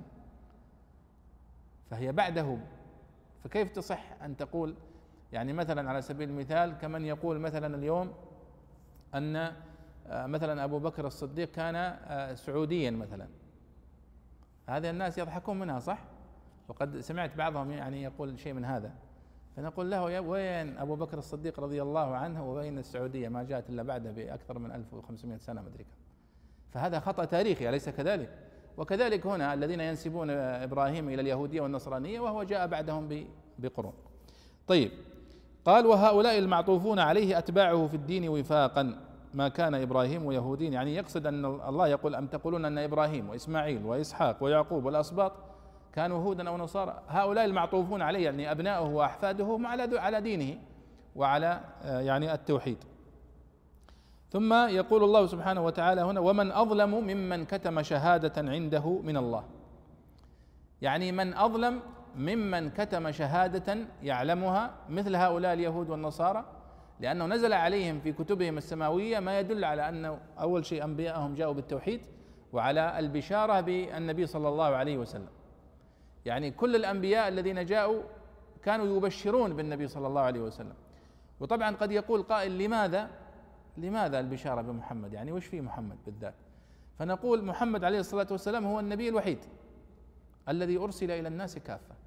فهي بعده. فكيف تصح أن تقول يعني مثلا على سبيل المثال كمن يقول مثلا اليوم أن مثلا أبو بكر الصديق كان سعوديا مثلا؟ هذه الناس يضحكون منها، صح؟ وقد سمعت بعضهم يعني يقول شيء من هذا، فنقول له: وين أبو بكر الصديق رضي الله عنه وبين السعودية؟ ما جاءت إلا بعده بأكثر من 1500 سنة مدري كم. فهذا خطأ تاريخي، أليس كذلك؟ وكذلك هنا الذين ينسبون إبراهيم إلى اليهودية والنصرانية وهو جاء بعدهم بقرون. طيب، قال: وهؤلاء المعطوفون عليه أتباعه في الدين وفاقا ما كان إبراهيم يهوديا، يعني يقصد أن الله يقول أم تقولون أن إبراهيم وإسماعيل وإسحاق ويعقوب والأسباط كانوا هودا أو نصارى. هؤلاء المعطوفون عليه يعني أبناؤه وأحفاده على دينه وعلى يعني التوحيد. ثم يقول الله سبحانه وتعالى هنا ومن أظلم ممن كتم شهادة عنده من الله، يعني من أظلم ممن كتم شهادة يعلمها مثل هؤلاء اليهود والنصارى، لأنه نزل عليهم في كتبهم السماوية ما يدل على أنه أول شيء أنبياءهم جاءوا بالتوحيد وعلى البشارة بالنبي صلى الله عليه وسلم. يعني كل الأنبياء الذين جاءوا كانوا يبشرون بالنبي صلى الله عليه وسلم. وطبعا قد يقول قائل لماذا البشارة بمحمد؟ يعني وش في محمد بالذات؟ فنقول محمد عليه الصلاة والسلام هو النبي الوحيد الذي أرسل إلى الناس كافة،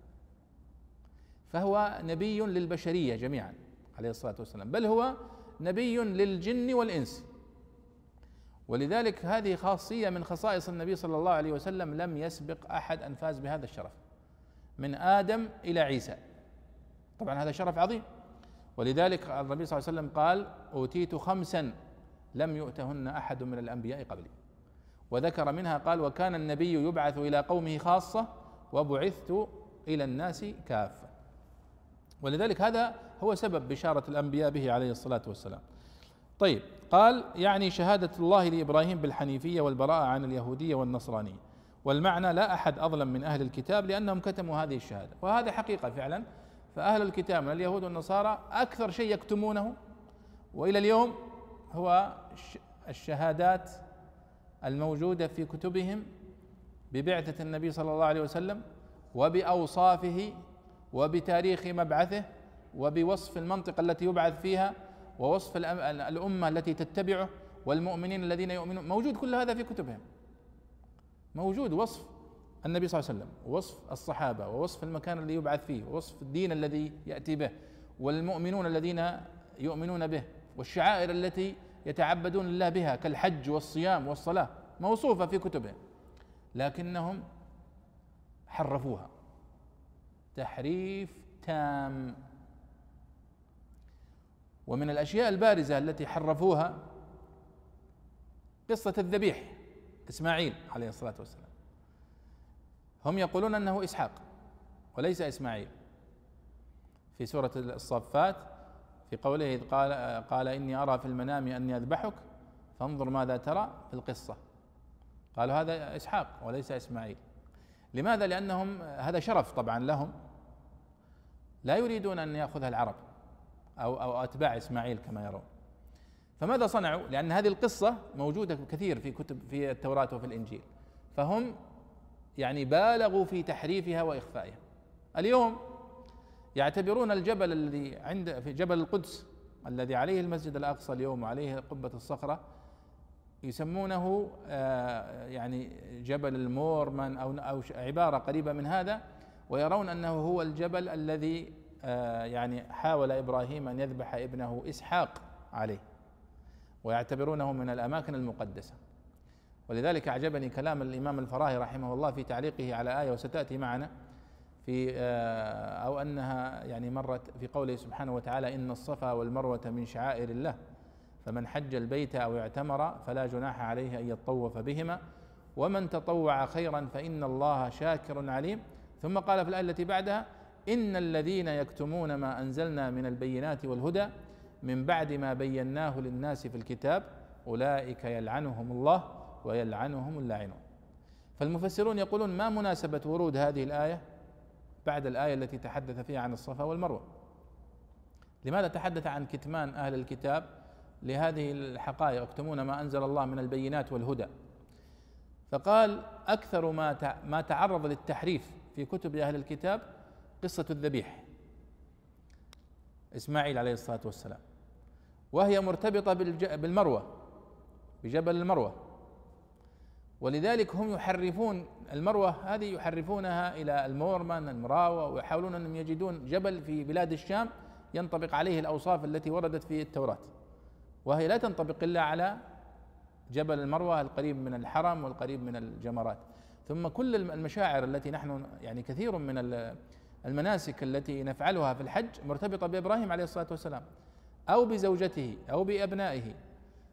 فهو نبي للبشرية جميعا عليه الصلاة والسلام، بل هو نبي للجن والإنس. ولذلك هذه خاصية من خصائص النبي صلى الله عليه وسلم لم يسبق أحد أن فاز بهذا الشرف من آدم إلى عيسى. طبعا هذا شرف عظيم، ولذلك النبي صلى الله عليه وسلم قال أوتيت 5 لم يؤتهن أحد من الأنبياء قبلي، وذكر منها قال وكان النبي يبعث إلى قومه خاصة وبعثت إلى الناس كافة. ولذلك هذا هو سبب بشارة الأنبياء به عليه الصلاة والسلام. طيب، قال يعني شهادة الله لإبراهيم بالحنيفية والبراءة عن اليهودية والنصرانية، والمعنى لا أحد أظلم من أهل الكتاب لأنهم كتموا هذه الشهادة. وهذا حقيقة فعلا، فأهل الكتاب من اليهود والنصارى أكثر شيء يكتمونه وإلى اليوم هو الشهادات الموجودة في كتبهم ببعثة النبي صلى الله عليه وسلم وبأوصافه وبتاريخ مبعثه وبوصف المنطقة التي يبعث فيها ووصف الأمة التي تتبعه والمؤمنين الذين يؤمنون. موجود كل هذا في كتبهم، موجود وصف النبي صلى الله عليه وسلم ووصف الصحابة ووصف المكان الذي يبعث فيه ووصف الدين الذي يأتي به والمؤمنون الذين يؤمنون به والشعائر التي يتعبدون الله بها كالحج والصيام والصلاة، موصوفة في كتبهم، لكنهم حرفوها تحريف تام. ومن الأشياء البارزة التي حرفوها قصة الذبيح إسماعيل عليه الصلاة والسلام. هم يقولون أنه إسحاق وليس إسماعيل. في سورة الصافات في قوله إذ قال إني أرى في المنام أني أذبحك فانظر ماذا ترى في القصة، قالوا هذا إسحاق وليس إسماعيل. لماذا؟ لأنهم هذا شرف طبعا لهم، لا يريدون أن يأخذها العرب أو أتباع إسماعيل كما يرون. فماذا صنعوا؟ لأن هذه القصة موجودة كثير في كتب في التوراة وفي الإنجيل، فهم يعني بالغوا في تحريفها وإخفائها. اليوم يعتبرون الجبل الذي في جبل القدس الذي عليه المسجد الأقصى اليوم وعليه قبة الصخرة يسمونه يعني جبل المورمان أو عبارة قريبة من هذا، ويرون أنه هو الجبل الذي يعني حاول إبراهيم أن يذبح ابنه إسحاق عليه، ويعتبرونه من الأماكن المقدسة. ولذلك أعجبني كلام الإمام الفراهي رحمه الله في تعليقه على آية وستأتي معنا في أو أنها يعني مرت في قوله سبحانه وتعالى إن الصفا والمروة من شعائر الله فمن حج البيت أو اعتمر فلا جناح عليه أن يطوف بهما ومن تطوع خيرا فإن الله شاكر عليم. ثم قال في الآية التي بعدها إن الذين يكتمون ما أنزلنا من البينات والهدى من بعد ما بيناه للناس في الكتاب أولئك يلعنهم الله ويلعنهم اللاعنون. فالمفسرون يقولون ما مناسبة ورود هذه الآية بعد الآية التي تحدث فيها عن الصفا والمروة؟ لماذا تحدث عن كتمان أهل الكتاب لهذه الحقائق يكتمون ما أنزل الله من البينات والهدى؟ فقال أكثر ما تعرض للتحريف في كتب أهل الكتاب قصة الذبيح إسماعيل عليه الصلاة والسلام، وهي مرتبطة بالمروة بجبل المروة، ولذلك هم يحرفون المروة هذه يحرفونها إلى المورمان المراوة، ويحاولون أن يجدون جبل في بلاد الشام ينطبق عليه الأوصاف التي وردت في التوراة، وهي لا تنطبق إلا على جبل المروة القريب من الحرم والقريب من الجمرات. ثم كل المشاعر التي نحن يعني كثير من المناسك التي نفعلها في الحج مرتبطة بإبراهيم عليه الصلاة والسلام أو بزوجته أو بأبنائه،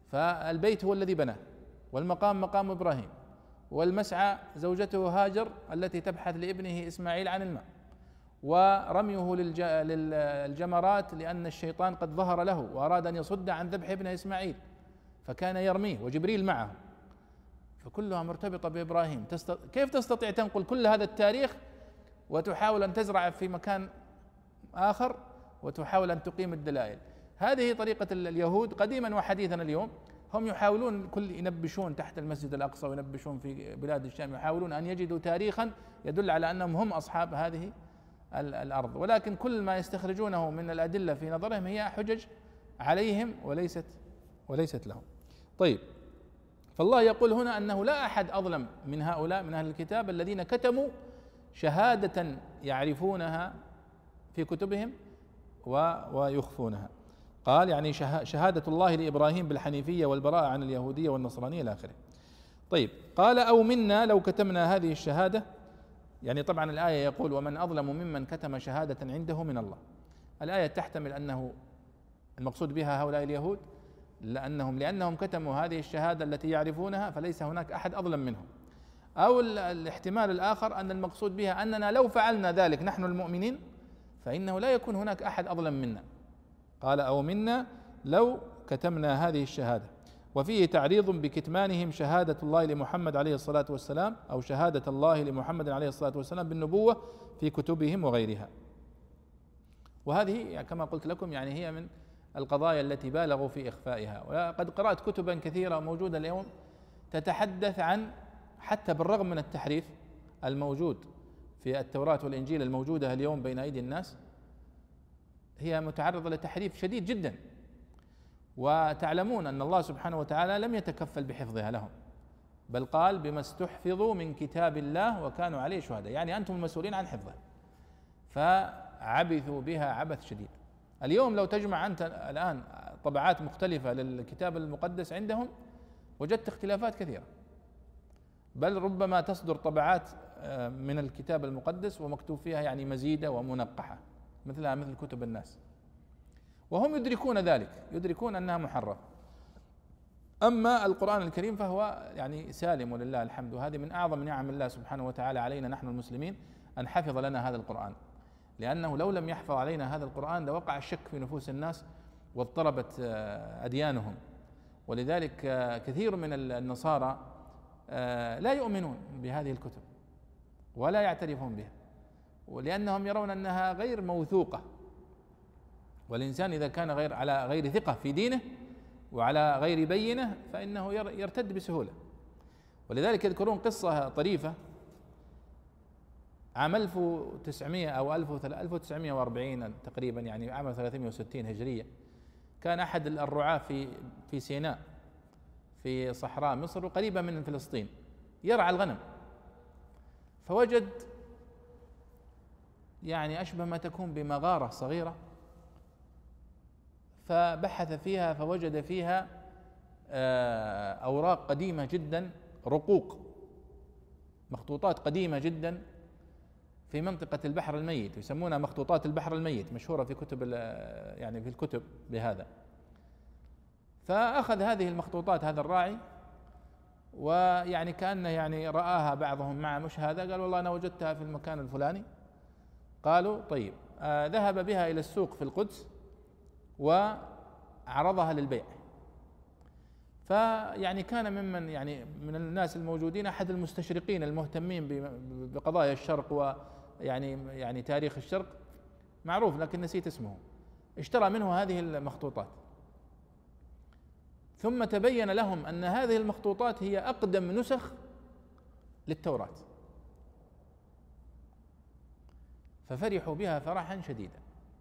فالبيت هو الذي بناه، والمقام مقام إبراهيم، والمسعى زوجته هاجر التي تبحث لابنه إسماعيل عن الماء، ورميه للجمرات لأن الشيطان قد ظهر له وأراد أن يصد عن ذبح ابنه إسماعيل فكان يرميه وجبريل معه، فكلها مرتبطة بإبراهيم. كيف تستطيع تنقل كل هذا التاريخ وتحاول أن تزرع في مكان آخر وتحاول أن تقيم الدلائل؟ هذه طريقة اليهود قديما وحديثا اليوم، هم يحاولون ينبشون تحت المسجد الأقصى وينبشون في بلاد الشام، يحاولون أن يجدوا تاريخا يدل على أنهم هم أصحاب هذه الأرض، ولكن كل ما يستخرجونه من الأدلة في نظرهم هي حجج عليهم وليست لهم. طيب، فالله يقول هنا أنه لا أحد أظلم من هؤلاء من أهل الكتاب الذين كتموا شهادة يعرفونها في كتبهم ويخفونها. قال يعني شهادة الله لإبراهيم بالحنيفية والبراءة عن اليهودية والنصرانية إلى آخره. طيب، قال أو منا لو كتمنا هذه الشهادة، يعني طبعا الآية يقول ومن أظلم ممن كتم شهادة عنده من الله. الآية تحتمل أنه المقصود بها هؤلاء اليهود لأنهم كتموا هذه الشهادة التي يعرفونها فليس هناك أحد أظلم منهم، أو الاحتمال الآخر أن المقصود بها أننا لو فعلنا ذلك نحن المؤمنين فإنه لا يكون هناك أحد أظلم منا. قال أو منا لو كتمنا هذه الشهادة، وفيه تعريض بكتمانهم شهادة الله لمحمد عليه الصلاة والسلام أو شهادة الله لمحمد عليه الصلاة والسلام بالنبوة في كتبهم وغيرها. وهذه كما قلت لكم يعني هي من القضايا التي بالغوا في إخفائها. وقد قرأت كتبا كثيرة موجودة اليوم تتحدث عن حتى بالرغم من التحريف الموجود في التوراة والإنجيل الموجودة اليوم بين أيدي الناس، هي متعرضة لتحريف شديد جدا، وتعلمون أن الله سبحانه وتعالى لم يتكفل بحفظها لهم، بل قال بما استحفظوا من كتاب الله وكانوا عليه شهداء، يعني أنتم المسؤولين عن حفظه، فعبثوا بها عبث شديد. اليوم لو تجمع أنت الآن طبعات مختلفة للكتاب المقدس عندهم وجدت اختلافات كثيرة، بل ربما تصدر طبعات من الكتاب المقدس ومكتوب فيها يعني مزيدة ومنقحة مثل كتب الناس، وهم يدركون ذلك، يدركون أنها محرفة. أما القرآن الكريم فهو يعني سالم ولله الحمد، وهذه من أعظم نعم الله سبحانه وتعالى علينا نحن المسلمين أن حفظ لنا هذا القرآن، لأنه لو لم يحفظ علينا هذا القرآن لوقع الشك في نفوس الناس واضطربت أديانهم. ولذلك كثير من النصارى لا يؤمنون بهذه الكتب ولا يعترفون بها، ولأنهم يرون أنها غير موثوقة، والإنسان إذا كان على غير ثقة في دينه وعلى غير بينة فإنه يرتد بسهولة. ولذلك يذكرون قصة طريفة عام 1900 أو 1940 تقريبا، يعني عام 360 هجرية، كان أحد الرعاة في سيناء في صحراء مصر وقريبة من فلسطين يرعى الغنم، فوجد يعني أشبه ما تكون بمغارة صغيرة، فبحث فيها فوجد فيها أوراق قديمة جدا، رقوق، مخطوطات قديمة جدا في منطقة البحر الميت، يسمونها مخطوطات البحر الميت، مشهورة في كتب يعني في الكتب بهذا. فأخذ هذه المخطوطات هذا الراعي، ويعني كأنه يعني رآها بعضهم مع مش هذا، قال والله أنا وجدتها في المكان الفلاني. قالوا طيب، ذهب بها إلى السوق في القدس وعرضها للبيع. فيعني كان ممن يعني من الناس الموجودين أحد المستشرقين المهتمين بقضايا الشرق ويعني تاريخ الشرق، معروف لكن نسيت اسمه، اشترى منه هذه المخطوطات، ثم تبين لهم أن هذه المخطوطات هي أقدم نسخ للتوراة، ففرحوا بها فرحا شديدا.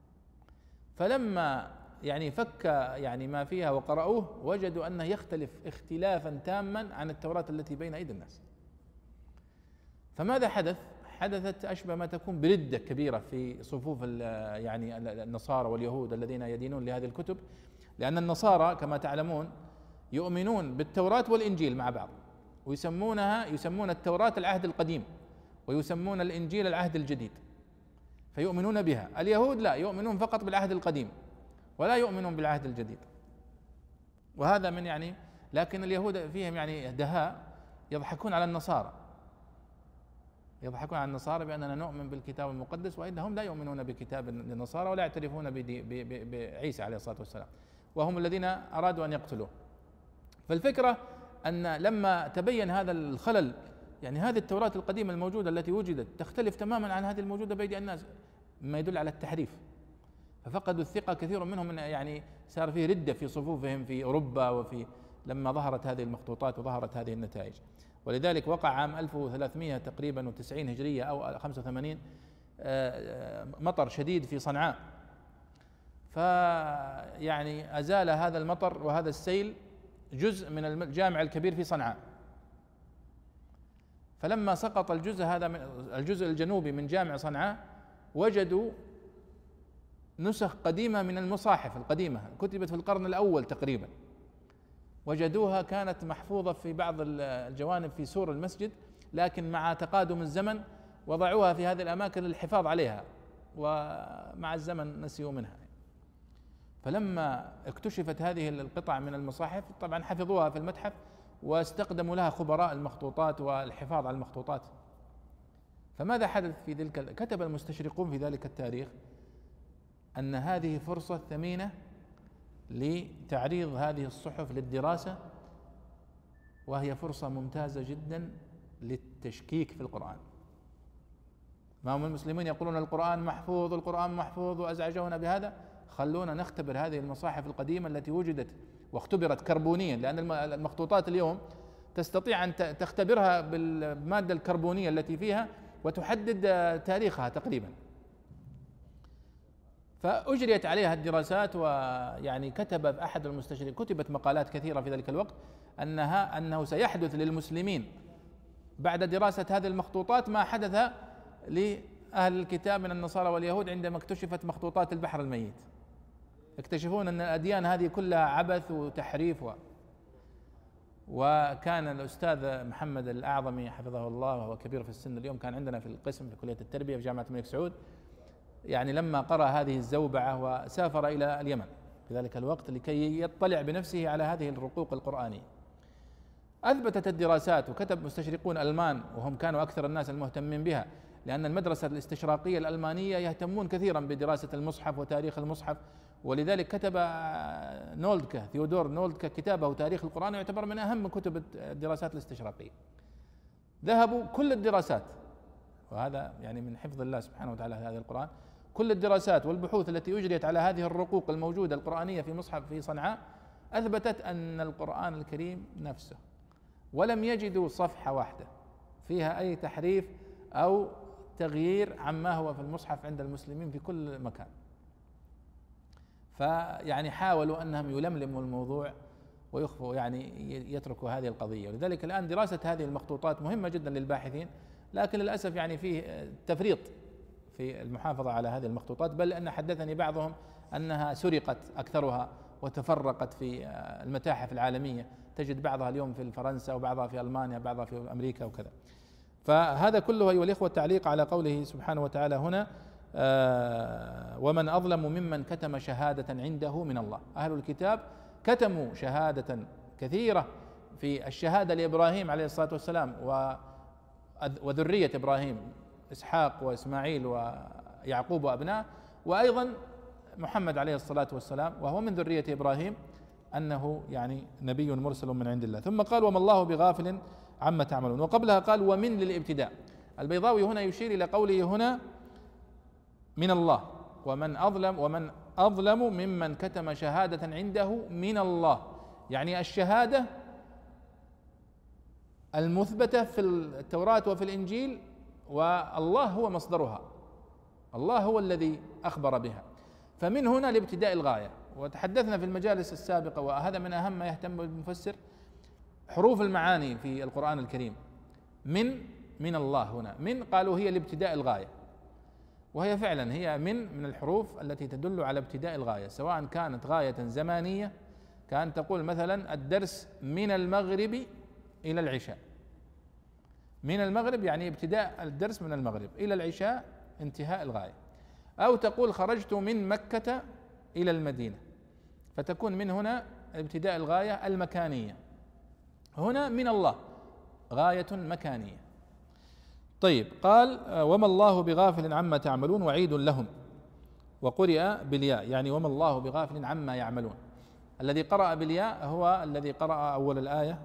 فلما يعني فك يعني ما فيها وقرأوه وجدوا أنه يختلف اختلافا تاما عن التوراة التي بين أيدي الناس. فماذا حدث؟ حدثت أشبه ما تكون بردة كبيرة في صفوف يعني النصارى واليهود الذين يدينون لهذه الكتب، لأن النصارى كما تعلمون يؤمنون بالتوراة والإنجيل مع بعض، يسمون التوراة العهد القديم ويسمون الإنجيل العهد الجديد، فيؤمنون بها. اليهود لا، يؤمنون فقط بالعهد القديم ولا يؤمنون بالعهد الجديد. وهذا من يعني، لكن اليهود فيهم يعني دهاء، يضحكون على النصارى، يضحكون على النصارى بأننا نؤمن بالكتاب المقدس، وإنهم لا يؤمنون بكتاب النصارى ولا يعترفون بعيسى عليه الصلاة والسلام، وهم الذين أرادوا أن يقتلوه. فالفكرة أن لما تبين هذا الخلل، يعني هذه التوراة القديمة الموجودة التي وجدت تختلف تماما عن هذه الموجودة بأيدي الناس، ما يدل على التحريف، ففقدوا الثقة كثير منهم، يعني صار فيه ردة في صفوفهم في أوروبا وفي لما ظهرت هذه المخطوطات وظهرت هذه النتائج. ولذلك وقع عام 1300 تقريبا و90 هجرية أو 85 مطر شديد في صنعاء، فيعني أزال هذا المطر وهذا السيل جزء من الجامع الكبير في صنعاء، فلما سقط الجزء هذا من الجزء الجنوبي من جامع صنعاء وجدوا نسخ قديمة من المصاحف القديمة كتبت في القرن الأول تقريبا، وجدوها كانت محفوظة في بعض الجوانب في سور المسجد، لكن مع تقادم الزمن وضعوها في هذه الأماكن للحفاظ عليها، ومع الزمن نسيوا منها. فلما اكتشفت هذه القطع من المصاحف طبعا حفظوها في المتحف واستخدموا لها خبراء المخطوطات والحفاظ على المخطوطات. فماذا حدث في ذلك؟ كتب المستشرقون في ذلك التاريخ أن هذه فرصة ثمينة لتعريض هذه الصحف للدراسة، وهي فرصة ممتازة جدا للتشكيك في القرآن. ما هم المسلمين يقولون القرآن محفوظ القرآن محفوظ وأزعجونا بهذا، خلونا نختبر هذه المصاحف القديمة التي وجدت واختبرت كربونيا، لأن المخطوطات اليوم تستطيع أن تختبرها بالمادة الكربونية التي فيها وتحدد تاريخها تقريبا. فأجريت عليها الدراسات، ويعني كتب أحد المستشرقين، كتبت مقالات كثيرة في ذلك الوقت أنه سيحدث للمسلمين بعد دراسة هذه المخطوطات ما حدث لأهل الكتاب من النصارى واليهود عندما اكتشفت مخطوطات البحر الميت، يكتشفون أن الأديان هذه كلها عبث وتحريف. وكان الأستاذ محمد الأعظمي حفظه الله وهو كبير في السن اليوم، كان عندنا في القسم في كلية التربية في جامعة الملك سعود، يعني لما قرأ هذه الزوبعة وسافر إلى اليمن في ذلك الوقت لكي يطلع بنفسه على هذه الرقوق القرآنية، أثبتت الدراسات، وكتب مستشرقون ألمان وهم كانوا أكثر الناس المهتمين بها، لأن المدرسة الاستشراقية الألمانية يهتمون كثيرا بدراسة المصحف وتاريخ المصحف، ولذلك كتب نولدكا ثيودور نولدكا كتابه تاريخ القرآن، يعتبر من أهم كتب الدراسات الاستشراقية. ذهبوا كل الدراسات، وهذا يعني من حفظ الله سبحانه وتعالى هذا القرآن، كل الدراسات والبحوث التي أجريت على هذه الرقوق الموجودة القرآنية في مصحف في صنعاء أثبتت أن القرآن الكريم نفسه، ولم يجدوا صفحة واحدة فيها أي تحريف أو تغيير عما هو في المصحف عند المسلمين في كل مكان. فيعني حاولوا أنهم يلملموا الموضوع ويخفوا، يعني يتركوا هذه القضية. ولذلك الآن دراسة هذه المخطوطات مهمة جدا للباحثين، لكن للأسف يعني فيه تفريط في المحافظة على هذه المخطوطات، بل أن حدثني بعضهم أنها سرقت أكثرها وتفرقت في المتاحف العالمية، تجد بعضها اليوم في فرنسا وبعضها في ألمانيا بعضها في أمريكا وكذا. فهذا كله أيها الإخوة تعليق على قوله سبحانه وتعالى هنا ومن أظلم ممن كتم شهادة عنده من الله. أهل الكتاب كتموا شهادة كثيرة في الشهادة لإبراهيم عليه الصلاة والسلام وذرية إبراهيم إسحاق وإسماعيل ويعقوب وأبناء، وأيضا محمد عليه الصلاة والسلام وهو من ذرية إبراهيم أنه يعني نبي مرسل من عند الله. ثم قال وما الله بغافل عما تعملون، وقبلها قال ومن للابتداء. البيضاوي هنا يشير إلى قوله هنا من الله، ومن أظلم ممن كتم شهادة عنده من الله، يعني الشهادة المثبتة في التوراة وفي الإنجيل، والله هو مصدرها، الله هو الذي أخبر بها. فمن هنا لابتداء الغاية. وتحدثنا في المجالس السابقة، وهذا من أهم ما يهتم بالمفسر، حروف المعاني في القرآن الكريم. من الله هنا من قالوا هي لابتداء الغاية، وهي فعلا هي من الحروف التي تدل على ابتداء الغاية، سواء كانت غاية زمانية، كان تقول مثلا الدرس من المغرب إلى العشاء، من المغرب يعني ابتداء الدرس من المغرب إلى العشاء انتهاء الغاية. أو تقول خرجت من مكة إلى المدينة، فتكون من هنا ابتداء الغاية المكانية، هنا من الله غاية مكانية. طيب، قال وما الله بغافل عما تعملون وعيد لهم، وقرئ بالياء، يعني وما الله بغافل عما يعملون. الذي قرأ بالياء هو الذي قرأ أول الآية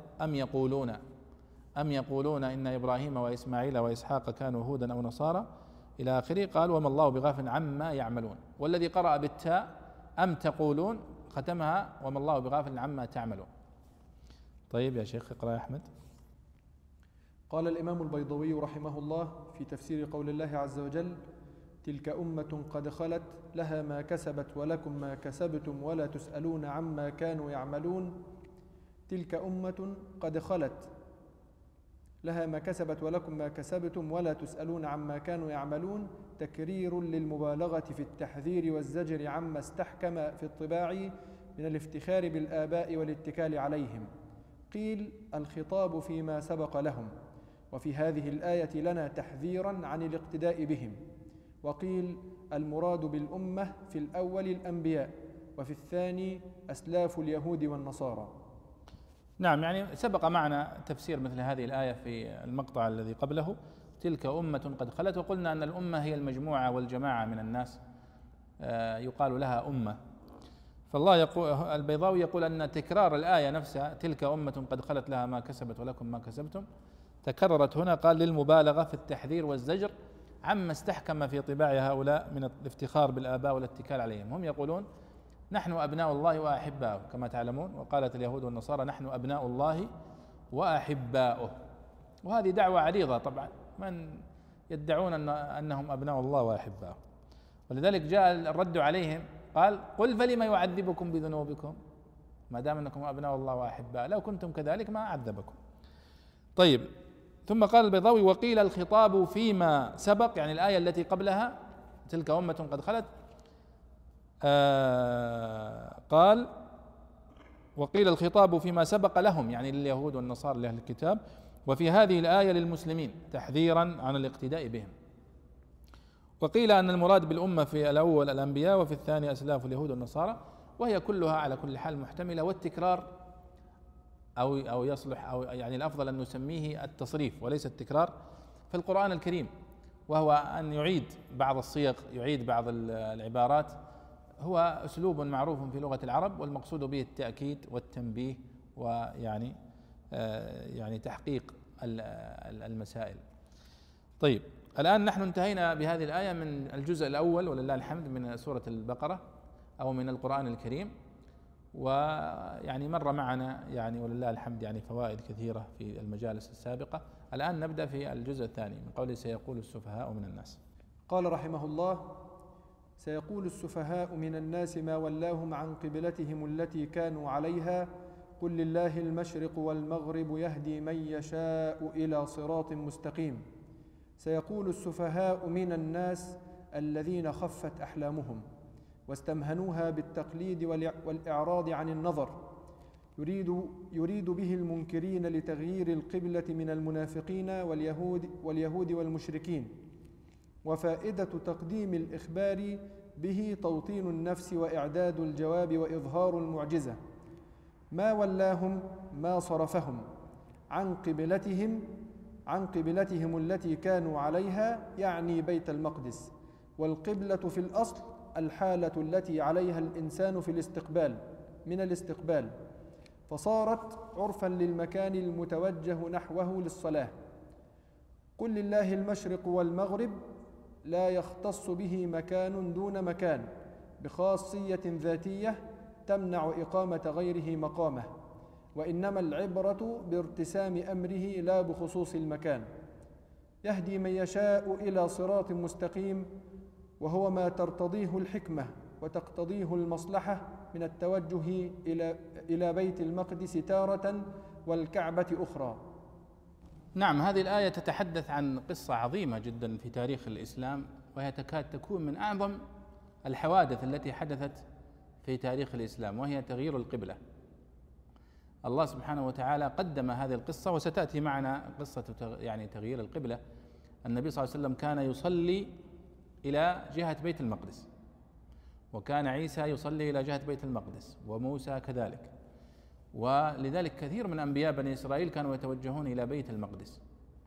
أم يقولون إن إبراهيم وإسماعيل وإسحاق كانوا هودا أو نصارى إلى آخره. قال وما الله بغافل عما يعملون. والذي قرأ بالتاء أم تقولون ختمها وما الله بغافل عما تعملون. طيب يا شيخ اقرأ يا أحمد. قال الإمام البيضاوي رحمه الله في تفسير قول الله عز وجل: تلك أمة قد خلت لها ما كسبت ولكم ما كسبتم ولا تسألون عما كانوا يعملون. تلك أمة قد خلت لها ما كسبت ولكم ما كسبتم ولا تسألون عما كانوا يعملون، تكرير للمبالغة في التحذير والزجر عما استحكم في الطباع من الافتخار بالآباء والاتكال عليهم. قيل الخطاب فيما سبق لهم، وفي هذه الآية لنا تحذيرا عن الاقتداء بهم. وقيل المراد بالأمة في الأول الأنبياء، وفي الثاني أسلاف اليهود والنصارى. نعم، يعني سبق معنا تفسير مثل هذه الآية في المقطع الذي قبله، تلك أمة قد خلت، وقلنا أن الأمة هي المجموعة والجماعة من الناس يقال لها أمة. فالله يقول، البيضاوي يقول أن تكرار الآية نفسها تلك أمة قد خلت لها ما كسبت ولكم ما كسبتم تكررت هنا، قال للمبالغة في التحذير والزجر عما استحكم في طباع هؤلاء من الافتخار بالآباء والاتكال عليهم. هم يقولون نحن أبناء الله وأحباؤه كما تعلمون، وقالت اليهود والنصارى نحن أبناء الله وأحباؤه، وهذه دعوة عريضة طبعا، من يدعون أنهم أبناء الله وأحباؤه. ولذلك جاء الرد عليهم قال قل فلم يعذبكم بذنوبكم ما دام أنكم أبناء الله وأحباؤه، لو كنتم كذلك ما عذبكم. طيب، ثم قال البيضاوي وقيل الخطاب فيما سبق، يعني الآية التي قبلها تلك أمة قد خلت، قال وقيل الخطاب فيما سبق لهم، يعني لليهود والنصارى لأهل الكتاب، وفي هذه الآية للمسلمين تحذيرا عن الاقتداء بهم. وقيل أن المراد بالأمة في الأول الأنبياء وفي الثاني أسلاف اليهود والنصارى، وهي كلها على كل حال محتملة، والتكرار أو يصلح أو يعني الأفضل أن نسميه التصريف وليس التكرار في القرآن الكريم، وهو أن يعيد بعض الصيغ، يعيد بعض العبارات، هو أسلوب معروف في لغة العرب، والمقصود به التأكيد والتنبيه ويعني يعني تحقيق المسائل. طيب، الآن نحن انتهينا بهذه الآية من الجزء الأول ولله الحمد من سورة البقرة أو من القرآن الكريم، ويعني مر معنا يعني ولله الحمد يعني فوائد كثيرة في المجالس السابقة. الآن نبدأ في الجزء الثاني من قوله سيقول السفهاء من الناس. قال رحمه الله: سيقول السفهاء من الناس ما ولاهم عن قبلتهم التي كانوا عليها قل لله المشرق والمغرب يهدي من يشاء إلى صراط مستقيم. سيقول السفهاء من الناس الذين خفت أحلامهم واستمهنوها بالتقليد والإعراض عن النظر، يريد به المنكرين لتغيير القبلة من المنافقين واليهود والمشركين. وفائدة تقديم الإخبار به توطين النفس وإعداد الجواب وإظهار المعجزة. ما ولاهم ما صرفهم عن قبلتهم التي كانوا عليها، يعني بيت المقدس. والقبلة في الأصل الحالة التي عليها الإنسان في الاستقبال، فصارت عرفا للمكان المتوجه نحوه للصلاة. قل لله المشرق والمغرب لا يختص به مكان دون مكان بخاصية ذاتية تمنع إقامة غيره مقامه، وإنما العبرة بارتسام أمره لا بخصوص المكان. يهدي من يشاء إلى صراط مستقيم، وهو ما ترتضيه الحكمة وتقتضيه المصلحة من التوجه إلى بيت المقدس تارة والكعبة أخرى. نعم، هذه الآية تتحدث عن قصة عظيمة جدا في تاريخ الإسلام، وهي تكاد تكون من أعظم الحوادث التي حدثت في تاريخ الإسلام، وهي تغيير القبلة. الله سبحانه وتعالى قدم هذه القصة، وستأتي معنا قصة يعني تغيير القبلة. النبي صلى الله عليه وسلم كان يصلي إلى جهة بيت المقدس، وكان عيسى يصلي إلى جهة بيت المقدس، وموسى كذلك. ولذلك كثير من أنبياء بني إسرائيل كانوا يتوجهون إلى بيت المقدس.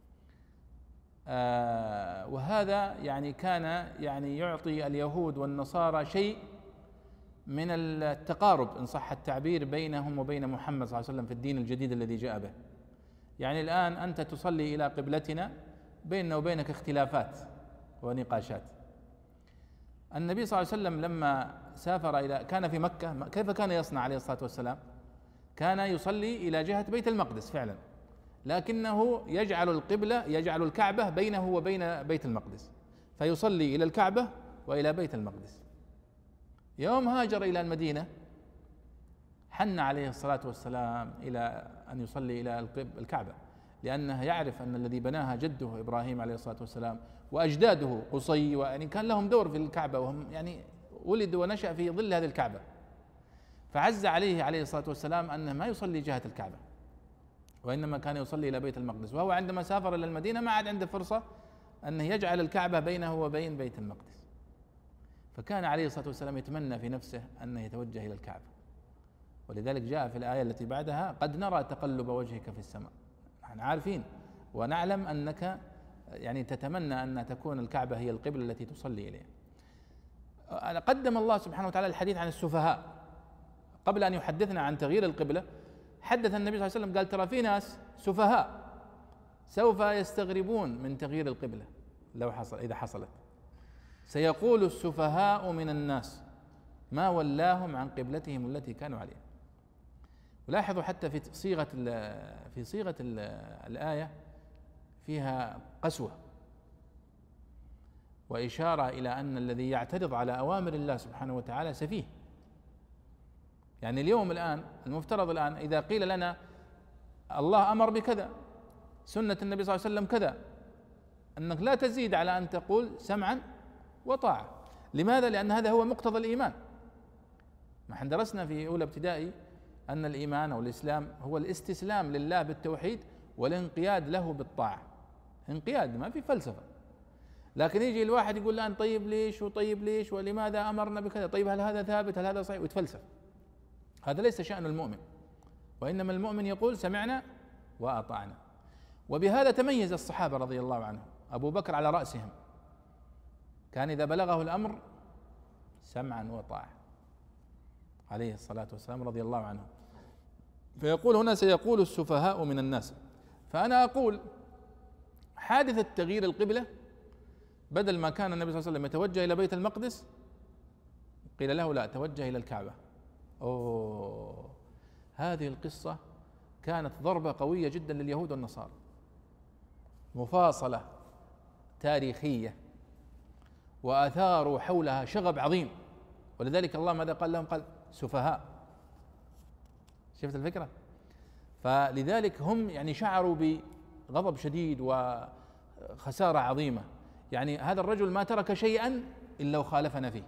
وهذا يعني كان يعني يعطي اليهود والنصارى شيء من التقارب إن صح التعبير بينهم وبين محمد صلى الله عليه وسلم في الدين الجديد الذي جاء به. يعني الآن أنت تصلي إلى قبلتنا، بيننا وبينك اختلافات ونقاشات. النبي صلى الله عليه وسلم لما سافر كان في مكة، كيف كان يصنع عليه الصلاة والسلام؟ كان يصلي إلى جهة بيت المقدس فعلا، لكنه يجعل الكعبة بينه وبين بيت المقدس، فيصلي إلى الكعبة وإلى بيت المقدس. يوم هاجر إلى المدينة حن عليه الصلاة والسلام إلى أن يصلي إلى الكعبة، لأنه يعرف أن الذي بناها جده إبراهيم عليه الصلاة والسلام وأجداده قصي، ويعني كان لهم دور في الكعبة، وهم يعني ولد ونشأ في ظل هذه الكعبة. فعز عليه الصلاة والسلام أنه ما يصلي جهة الكعبة، وإنما كان يصلي إلى بيت المقدس. وهو عندما سافر إلى المدينة ما عاد عنده فرصة أنه يجعل الكعبة بينه وبين بيت المقدس، فكان عليه الصلاة والسلام يتمنى في نفسه أنه يتوجه إلى الكعبة. ولذلك جاء في الآية التي بعدها: قد نرى تقلب وجهك في السماء. نحن عارفين ونعلم أنك يعني تتمنى أن تكون الكعبة هي القبلة التي تصلي إليها. قدم الله سبحانه وتعالى الحديث عن السفهاء قبل أن يحدثنا عن تغيير القبلة. حدث النبي صلى الله عليه وسلم قال: ترى في ناس سفهاء سوف يستغربون من تغيير القبلة إذا حصلت. سيقول السفهاء من الناس ما ولاهم عن قبلتهم التي كانوا عليها. ولاحظوا حتى في صيغة الآية فيها قسوة وإشارة إلى أن الذي يعترض على أوامر الله سبحانه وتعالى سفيه. يعني اليوم الآن المفترض الآن إذا قيل لنا الله أمر بكذا، سنة النبي صلى الله عليه وسلم كذا، أنك لا تزيد على أن تقول سمعا وطاعة. لماذا؟ لأن هذا هو مقتضى الإيمان. نحن درسنا في أولى ابتدائي أن الإيمان أو الإسلام هو الاستسلام لله بالتوحيد والانقياد له بالطاعة. انقياد، ما في فلسفة. لكن يجي الواحد يقول الآن طيب ليش وطيب ليش ولماذا أمرنا بكذا، طيب هل هذا ثابت، هل هذا صحيح، ويتفلسف. هذا ليس شأن المؤمن، وإنما المؤمن يقول سمعنا وأطعنا. وبهذا تميز الصحابة رضي الله عنهم، أبو بكر على رأسهم، كان إذا بلغه الأمر سمعا وطاعة عليه الصلاة والسلام رضي الله عنه. فيقول هنا: سيقول السفهاء من الناس. فأنا أقول حادثة تغيير القبلة، بدل ما كان النبي صلى الله عليه وسلم يتوجه إلى بيت المقدس قيل له لا، توجه إلى الكعبة. هذه القصة كانت ضربة قوية جدا لليهود والنصارى، مفاصلة تاريخية، وأثاروا حولها شغب عظيم. ولذلك الله ماذا قال لهم؟ قال سفهاء. شفت الفكرة؟ فلذلك هم يعني شعروا بغضب شديد وخسارة عظيمة. يعني هذا الرجل ما ترك شيئا إلا وخالفنا فيه.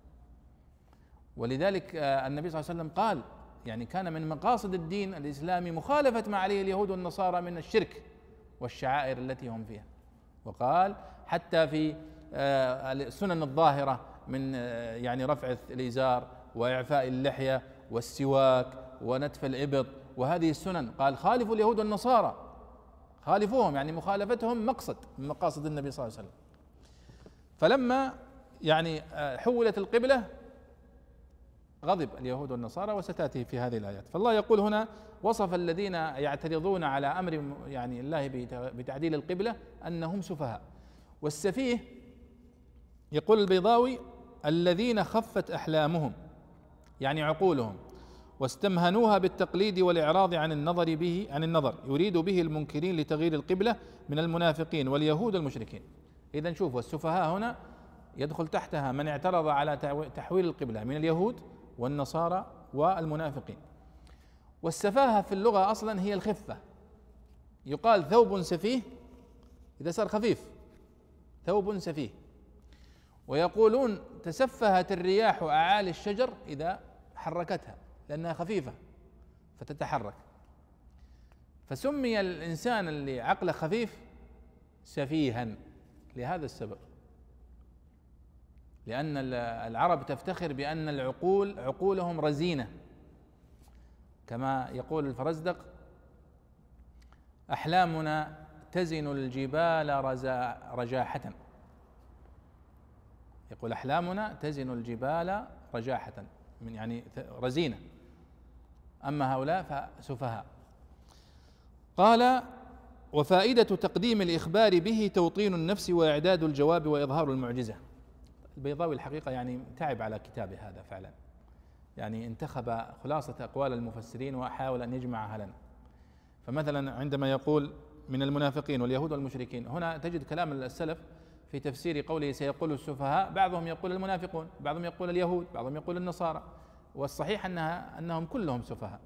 ولذلك النبي صلى الله عليه وسلم قال يعني كان من مقاصد الدين الإسلامي مخالفة ما عليه اليهود والنصارى من الشرك والشعائر التي هم فيها. وقال حتى في السنن الظاهرة من يعني رفع الإزار وإعفاء اللحية والسواك ونتف الإبط وهذه السنن، قال خالفوا اليهود والنصارى، خالفوهم، يعني مخالفتهم مقصد من مقاصد النبي صلى الله عليه وسلم. فلما يعني حولت القبلة غضب اليهود والنصارى، وستأتي في هذه الآيات. فالله يقول هنا: وصف الذين يعترضون على أمر يعني الله بتعديل القبلة أنهم سفهاء. والسفيه يقول البيضاوي: الذين خفت أحلامهم، يعني عقولهم، واستمهنوها بالتقليد والإعراض عن النظر يريد به المنكرين لتغيير القبلة من المنافقين واليهود المشركين. إذن شوفوا السفهاء هنا يدخل تحتها من اعترض على تحويل القبلة من اليهود والنصارى والمنافقين. والسفاهة في اللغة أصلا هي الخفة. يقال ثوب سفيه إذا صار خفيف، ثوب سفيه. ويقولون تسفهت الرياح أعالي الشجر إذا حركتها، لأنها خفيفة فتتحرك. فسمي الإنسان اللي عقله خفيف سفيها لهذا السبب، لأن العرب تفتخر بأن عقولهم رزينة، كما يقول الفرزدق: أحلامنا تزن الجبال رجاحة. يقول: أحلامنا تزن الجبال رجاحة، من يعني رزينة، أما هؤلاء فسفهاء. قال: وفائدة تقديم الإخبار به توطين النفس وإعداد الجواب وإظهار المعجزة. البيضاوي الحقيقة يعني تعب على كتابه هذا فعلا، يعني انتخب خلاصة أقوال المفسرين وحاول أن يجمعها لنا. فمثلا عندما يقول من المنافقين واليهود والمشركين، هنا تجد كلام السلف في تفسير قوله سيقول السفهاء، بعضهم يقول المنافقون، بعضهم يقول اليهود، بعضهم يقول النصارى، والصحيح أنهم كلهم سفهاء.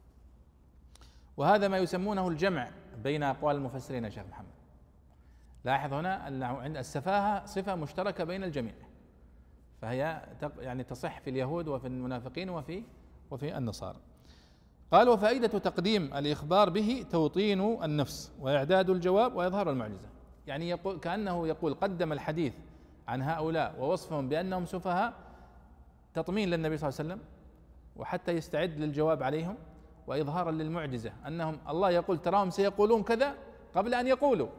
وهذا ما يسمونه الجمع بين أقوال المفسرين يا شيخ محمد. لاحظ هنا أنه عند السفاهة صفة مشتركة بين الجميع، فهي يعني تصح في اليهود وفي المنافقين وفي النصارى. قال: وفائدة تقديم الإخبار به توطين النفس وإعداد الجواب وإظهار المعجزة. يعني كأنه يقول قدم الحديث عن هؤلاء ووصفهم بأنهم سفهاء تطمين للنبي صلى الله عليه وسلم، وحتى يستعد للجواب عليهم، وإظهارا للمعجزة أنهم الله يقول تراهم سيقولون كذا قبل أن يقولوا،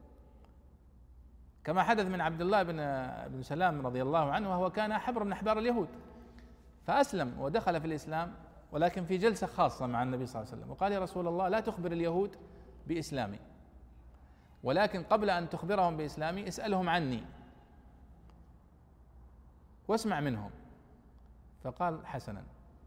كما حدث من عبد الله بن سلام رضي الله عنه، وهو كان حبر من أحبار اليهود، فأسلم ودخل في الإسلام، ولكن في جلسة خاصة مع النبي صلى الله عليه وسلم، وقال: يا رسول الله، لا تخبر اليهود بإسلامي، ولكن قبل أن تخبرهم بإسلامي اسألهم عني واسمع منهم. فقال: حسنا.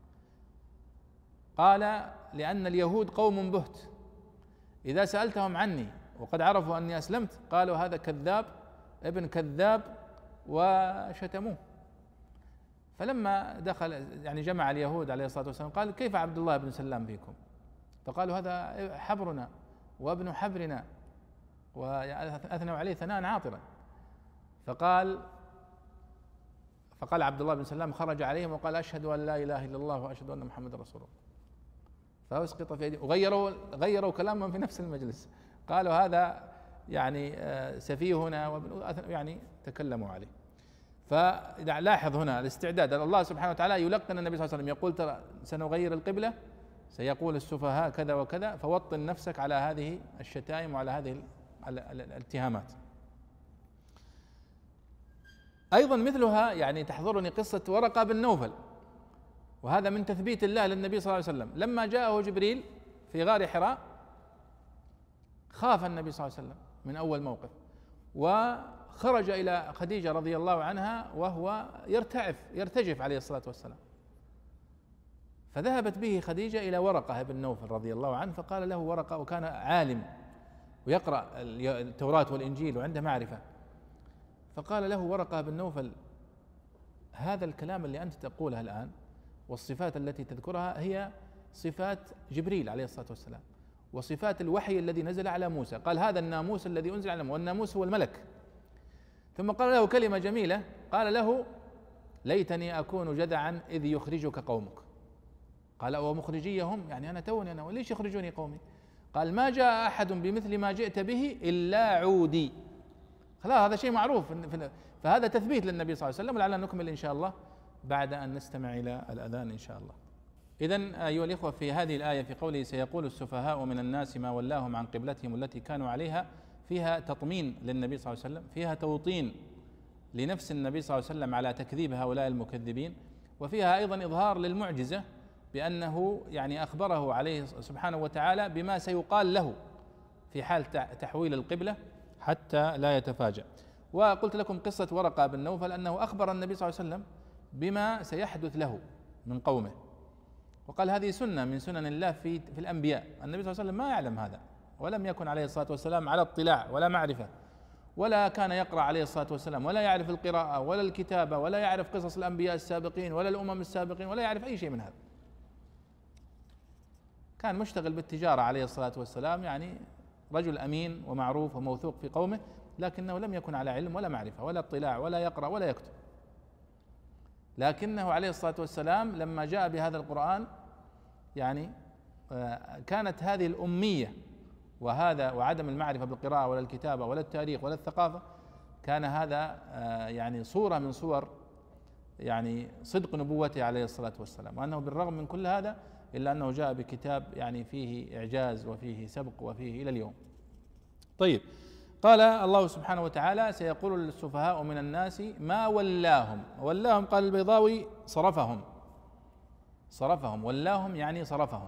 قال: لأن اليهود قوم بهت، إذا سألتهم عني وقد عرفوا أني أسلمت قالوا هذا كذاب ابن كذاب وشتموه. فلما دخل يعني جمع اليهود عليه الصلاة والسلام قال: كيف عبد الله بن سلام فيكم؟ فقالوا: هذا حبرنا وابن حبرنا، وأثنوا عليه ثناء عاطرا. فقال عبد الله بن سلام خرج عليهم وقال: أشهد أن لا إله إلا الله وأشهد أن محمد رسول الله. فأسقط في أيديهم، وغيروا كلامهم في نفس المجلس، قالوا هذا يعني سفيهنا، يعني تكلموا عليه. فلاحظ هنا الاستعداد، الله سبحانه وتعالى يلقن النبي صلى الله عليه وسلم، يقول: ترى سنغير القبلة، سيقول السفهاء كذا وكذا، فوطن نفسك على هذه الشتائم وعلى هذه الاتهامات. أيضا مثلها يعني تحضرني قصة ورقة بن نوفل، وهذا من تثبيت الله للنبي صلى الله عليه وسلم. لما جاءه جبريل في غار حراء خاف النبي صلى الله عليه وسلم من أول موقف، وخرج إلى خديجة رضي الله عنها وهو يرتجف عليه الصلاة والسلام، فذهبت به خديجة إلى ورقة بن نوفل رضي الله عنه، فقال له ورقة، وكان عالم ويقرأ التوراة والإنجيل وعنده معرفة، فقال له ورقة بن نوفل: هذا الكلام اللي أنت تقوله الآن والصفات التي تذكرها هي صفات جبريل عليه الصلاة والسلام، وصفات الوحي الذي نزل على موسى. قال: هذا الناموس الذي أنزل على موسى، والناموس هو الملك. ثم قال له كلمة جميلة، قال له: ليتني أكون جذعا إذ يخرجك قومك. قال: ومخرجيهم يعني أنا توني أنا، وليش يخرجوني قومي؟ قال: ما جاء أحد بمثل ما جئت به إلا عودي. خلاص، هذا شيء معروف. فهذا تثبيت للنبي صلى الله عليه وسلم. ولعلنا نكمل إن شاء الله بعد أن نستمع إلى الأذان إن شاء الله. إذن أيها الإخوة، في هذه الآية في قوله سيقول السفهاء من الناس ما ولاهم عن قبلتهم التي كانوا عليها، فيها تطمين للنبي صلى الله عليه وسلم، فيها توطين لنفس النبي صلى الله عليه وسلم على تكذيب هؤلاء المكذبين، وفيها أيضا إظهار للمعجزة بأنه يعني أخبره عليه سبحانه وتعالى بما سيقال له في حال تحويل القبلة حتى لا يتفاجأ. وقلت لكم قصة ورقة بن نوفل أنه أخبر النبي صلى الله عليه وسلم بما سيحدث له من قومه، وقال: هذه سنة من سنن الله في الأنبياء. النبي صلى الله عليه وسلم ما يعلم هذا، ولم يكن عليه الصلاة والسلام على اطلاع ولا معرفة، ولا كان يقرأ عليه الصلاة والسلام، ولا يعرف القراءة ولا الكتابة، ولا يعرف قصص الأنبياء السابقين ولا الأمم السابقين، ولا يعرف أي شيء من هذا. كان مشتغل بالتجارة عليه الصلاة والسلام، يعني رجل أمين ومعروف وموثوق في قومه، لكنه لم يكن على علم ولا معرفة ولا اطلاع، ولا يقرأ ولا يكتب. لكنه عليه الصلاة والسلام لما جاء بهذا القرآن يعني كانت هذه الأمية وعدم المعرفة بالقراءة ولا الكتابة ولا التاريخ ولا الثقافة، كان هذا يعني صورة من صور يعني صدق نبوته عليه الصلاة والسلام، وأنه بالرغم من كل هذا إلا أنه جاء بكتاب يعني فيه إعجاز وفيه سبق وفيه إلى اليوم. طيب، قال الله سبحانه وتعالى: سيقول السفهاء من الناس ما ولاهم. ولاهم قال البيضاوي صرفهم، ولاهم يعني صرفهم.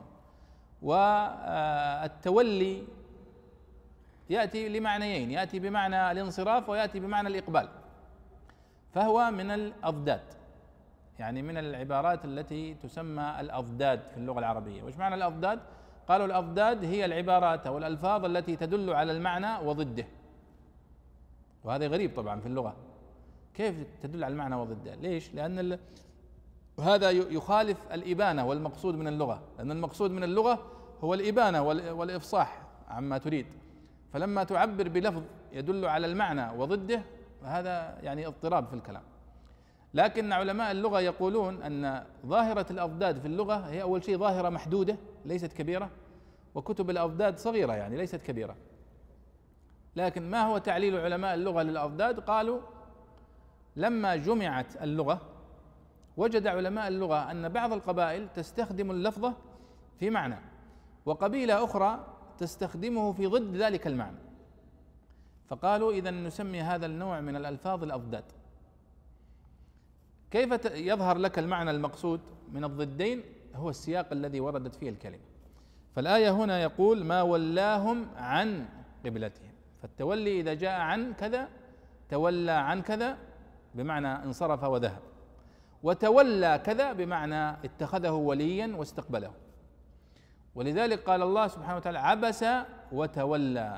والتولي يأتي لمعنيين، يأتي بمعنى الانصراف ويأتي بمعنى الإقبال، فهو من الأضداد، يعني من العبارات التي تسمى الأضداد في اللغة العربية. وش معنى الأضداد؟ قالوا الأضداد هي العبارات أو الألفاظ التي تدل على المعنى وضده. وهذا غريب طبعا في اللغة، كيف تدل على المعنى وضده؟ ليش؟ لأن هذا يخالف الإبانة والمقصود من اللغة، لأن المقصود من اللغة هو الإبانة والإفصاح عما تريد، فلما تعبر بلفظ يدل على المعنى وضده هذا يعني اضطراب في الكلام. لكن علماء اللغة يقولون أن ظاهرة الأضداد في اللغة هي أول شيء ظاهرة محدودة ليست كبيرة، وكتب الأضداد صغيرة يعني ليست كبيرة. لكن ما هو تعليل علماء اللغة للأضداد؟ قالوا لما جمعت اللغة وجد علماء اللغة أن بعض القبائل تستخدم اللفظة في معنى، وقبيلة أخرى تستخدمه في ضد ذلك المعنى، فقالوا إذن نسمي هذا النوع من الألفاظ الأضداد. كيف يظهر لك المعنى المقصود من الضدين؟ هو السياق الذي وردت فيه الكلمة. فالآية هنا يقول ما ولاهم عن قبلتهم، فالتولي إذا جاء عن كذا تولى عن كذا بمعنى انصرف وذهب، وتولى كذا بمعنى اتخذه وليا واستقبله. ولذلك قال الله سبحانه وتعالى عبس وتولى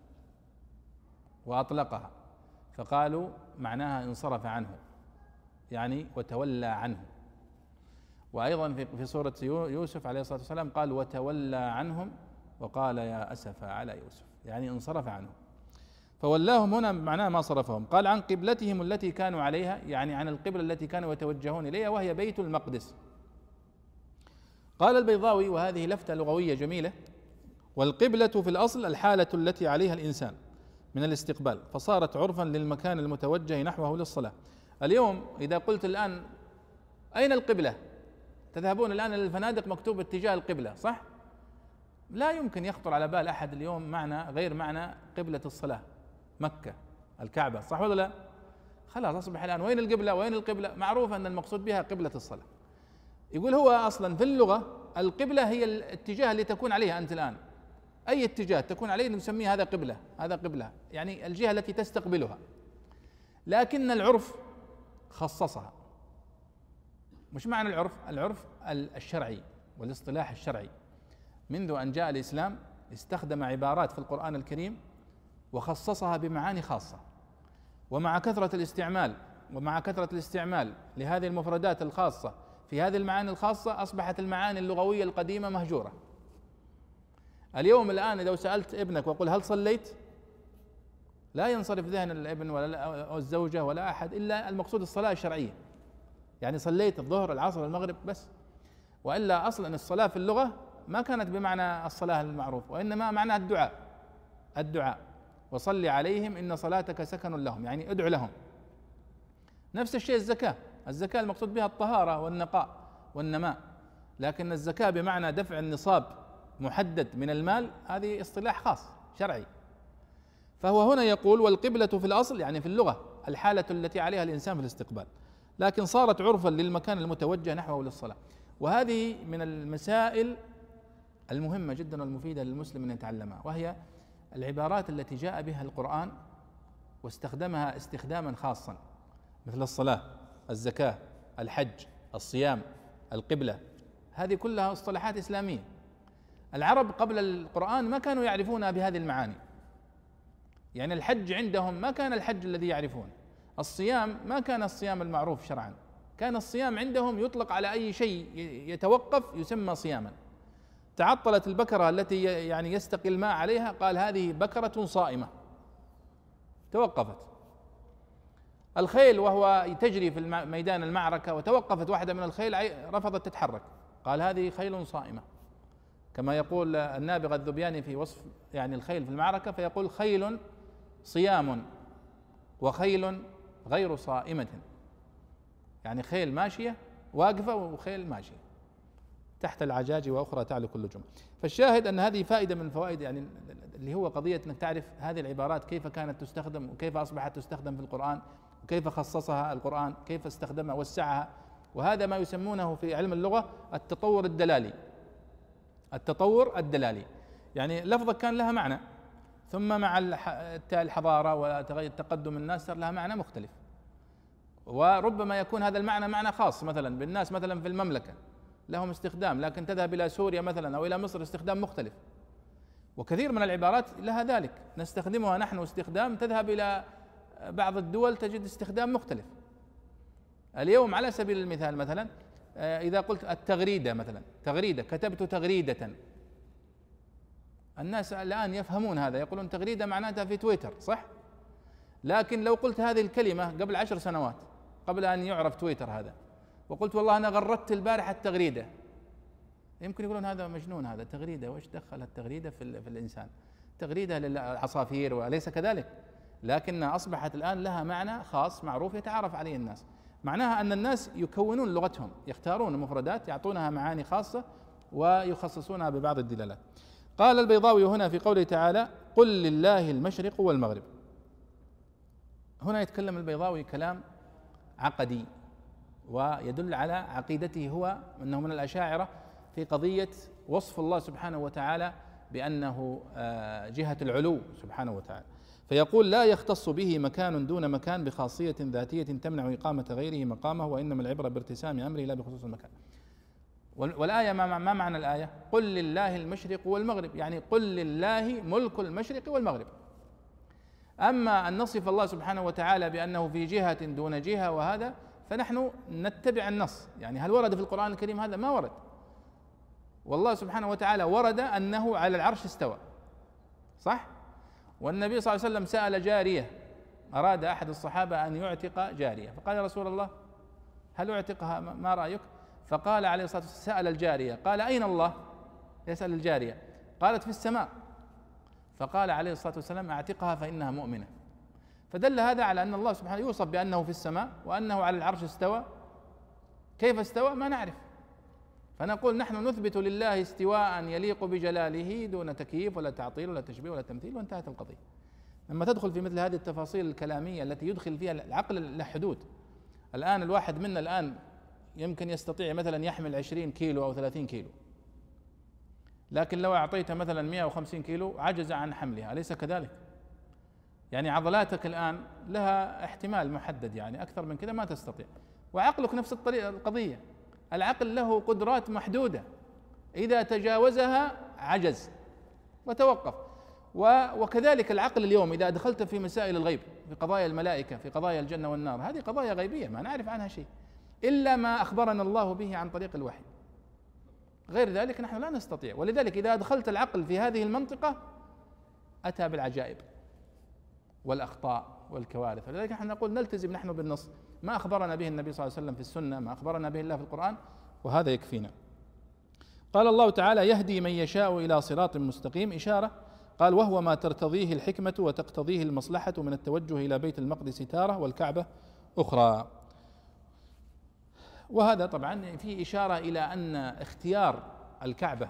وأطلقها، فقالوا معناها انصرف عنه يعني وتولى عنه. وأيضا في سورة يوسف عليه الصلاة والسلام قال وتولى عنهم وقال يا أسفا على يوسف، يعني انصرف عنهم. فولاهم هنا معناه ما صرفهم. قال عن قبلتهم التي كانوا عليها، يعني عن القبلة التي كانوا يتوجهون إليها وهي بيت المقدس. قال البيضاوي وهذه لفتة لغوية جميلة: والقبلة في الأصل الحالة التي عليها الإنسان من الاستقبال، فصارت عرفا للمكان المتوجه نحوه للصلاة. اليوم إذا قلت الآن أين القبلة؟ تذهبون الآن للفنادق مكتوب اتجاه القبلة، صح؟ لا يمكن يخطر على بال أحد اليوم معنى غير معنى قبلة الصلاة مكة الكعبة، صح ولا لا؟ خلاص أصبح الآن وين القبلة وين القبلة؟ معروف أن المقصود بها قبلة الصلاة. يقول هو أصلا في اللغة القبلة هي الاتجاه اللي تكون عليها أنت الآن، أي اتجاه تكون عليه نسميه هذا قبلة، هذا قبلة يعني الجهة التي تستقبلها. لكن العرف خصصها. مش معنى العرف؟ العرف الشرعي والاصطلاح الشرعي منذ أن جاء الإسلام استخدم عبارات في القرآن الكريم وخصصها بمعاني خاصة، ومع كثرة الاستعمال لهذه المفردات الخاصة في هذه المعاني الخاصة أصبحت المعاني اللغوية القديمة مهجورة. اليوم الآن إذا سألت ابنك وقل هل صليت؟ لا ينصرف ذهن الابن ولا الزوجة ولا أحد إلا المقصود الصلاة الشرعية، يعني صليت الظهر العصر المغرب بس. وإلا أصلا الصلاة في اللغة ما كانت بمعنى الصلاة المعروف، وإنما معنى الدعاء وصل عليهم إن صلاتك سكن لهم، يعني ادعو لهم. نفس الشيء الزكاة المقصود بها الطهارة والنقاء والنماء، لكن الزكاة بمعنى دفع النصاب محدد من المال هذه اصطلاح خاص شرعي. فهو هنا يقول والقبلة في الأصل يعني في اللغة الحالة التي عليها الإنسان في الاستقبال، لكن صارت عرفا للمكان المتوجه نحوه للصلاة. وهذه من المسائل المهمة جدا والمفيدة للمسلم أن يتعلمها، وهي العبارات التي جاء بها القرآن واستخدمها استخداما خاصا، مثل الصلاة، الزكاة، الحج، الصيام، القبلة، هذه كلها اصطلاحات إسلامية. العرب قبل القرآن ما كانوا يعرفونها بهذه المعاني، يعني الحج عندهم ما كان الحج الذي يعرفون، الصيام ما كان الصيام المعروف شرعا، كان الصيام عندهم يطلق على أي شيء يتوقف يسمى صياما. تعطلت البكرة التي يعني يستقي الماء عليها قال هذه بكرة صائمة، توقفت. الخيل وهو تجري في ميدان المعركة وتوقفت واحدة من الخيل رفضت تتحرك قال هذه خيل صائمة، كما يقول النابغة الذبياني في وصف يعني الخيل في المعركة فيقول خيل صيام وخيل غير صائمة، يعني خيل ماشية واقفة وخيل ماشية. تحت العجاج وأخرى تعلو كل جمعة. فالشاهد أن هذه فائدة من فوائد يعني اللي هو قضية أنك تعرف هذه العبارات كيف كانت تستخدم وكيف أصبحت تستخدم في القرآن، وكيف خصصها القرآن، كيف استخدمها وسعها. وهذا ما يسمونه في علم اللغة التطور الدلالي. التطور الدلالي يعني لفظة كان لها معنى، ثم مع الحضارة وتقدم الناس صار لها معنى مختلف، وربما يكون هذا المعنى معنى خاص مثلا بالناس مثلا في المملكة لهم استخدام، لكن تذهب إلى سوريا مثلا أو إلى مصر استخدام مختلف. وكثير من العبارات لها ذلك نستخدمها نحن استخدام، تذهب إلى بعض الدول تجد استخدام مختلف. اليوم على سبيل المثال مثلا إذا قلت التغريدة مثلا، تغريدة، كتبت تغريدة، الناس الآن يفهمون هذا، يقولون تغريدة معناتها في تويتر، صح؟ لكن لو قلت هذه الكلمة قبل 10 سنوات قبل أن يعرف تويتر هذا، وقلت والله أنا غردت البارحة التغريدة، يمكن يقولون هذا مجنون، هذا تغريدة، وإيش دخل التغريدة في الإنسان؟ تغريدة للعصافير وأليس كذلك؟ لكنها أصبحت الآن لها معنى خاص معروف يتعارف عليه الناس. معناها أن الناس يكونون لغتهم، يختارون مفردات يعطونها معاني خاصة ويخصصونها ببعض الدلالات. قال البيضاوي هنا في قوله تعالى قل لله المشرق والمغرب، هنا يتكلم البيضاوي كلام عقدي ويدل على عقيدته هو أنه من الأشاعرة في قضية وصف الله سبحانه وتعالى بأنه جهة العلو سبحانه وتعالى، فيقول لا يختص به مكان دون مكان بخاصية ذاتية تمنع إقامة غيره مقامه، وإنما العبرة بارتسام أمره لا بخصوص المكان. والآية ما معنى الآية؟ قل لله المشرق والمغرب، يعني قل لله ملك المشرق والمغرب. أما أن نصف الله سبحانه وتعالى بأنه في جهة دون جهة وهذا فنحن نتبع النص، يعني هل ورد في القرآن الكريم هذا؟ ما ورد. والله سبحانه وتعالى ورد أنه على العرش استوى، صح؟ والنبي صلى الله عليه وسلم سأل جارية، أراد أحد الصحابة أن يعتق جارية، فقال يا رسول الله هل أعتقها، ما رأيك؟ فقال عليه الصلاة والسلام، سأل الجارية، قال أين الله؟ يسأل الجارية، قالت في السماء، فقال عليه الصلاة والسلام أعتقها فإنها مؤمنة. فدل هذا على أن الله سبحانه يوصف بأنه في السماء وأنه على العرش استوى. كيف استوى؟ ما نعرف. فنقول نحن نثبت لله استواء يليق بجلاله دون تكييف ولا تعطيل ولا تشبيه ولا تمثيل، وانتهت القضية. لما تدخل في مثل هذه التفاصيل الكلامية التي يدخل فيها العقل له حدود. الآن الواحد منا الآن يمكن يستطيع مثلا يحمل 20 كيلو أو 30 كيلو، لكن لو أعطيته مثلا 150 كيلو عجز عن حملها، أليس كذلك؟ يعني عضلاتك الآن لها احتمال محدد، يعني أكثر من كذا ما تستطيع. وعقلك نفس القضية، العقل له قدرات محدودة، إذا تجاوزها عجز وتوقف. وكذلك العقل اليوم إذا دخلت في مسائل الغيب، في قضايا الملائكة، في قضايا الجنة والنار، هذه قضايا غيبية ما نعرف عنها شيء إلا ما أخبرنا الله به عن طريق الوحي، غير ذلك نحن لا نستطيع. ولذلك إذا أدخلت العقل في هذه المنطقة أتى بالعجائب والأخطاء والكوارث. ولذلك نحن نقول نلتزم نحن بالنص، ما أخبرنا به النبي صلى الله عليه وسلم في السنة، ما أخبرنا به الله في القرآن، وهذا يكفينا. قال الله تعالى يهدي من يشاء إلى صراط مستقيم، إشارة، قال وهو ما ترتضيه الحكمة وتقتضيه المصلحة من التوجه إلى بيت المقدس تارة والكعبة أخرى. وهذا طبعا في إشارة إلى أن اختيار الكعبة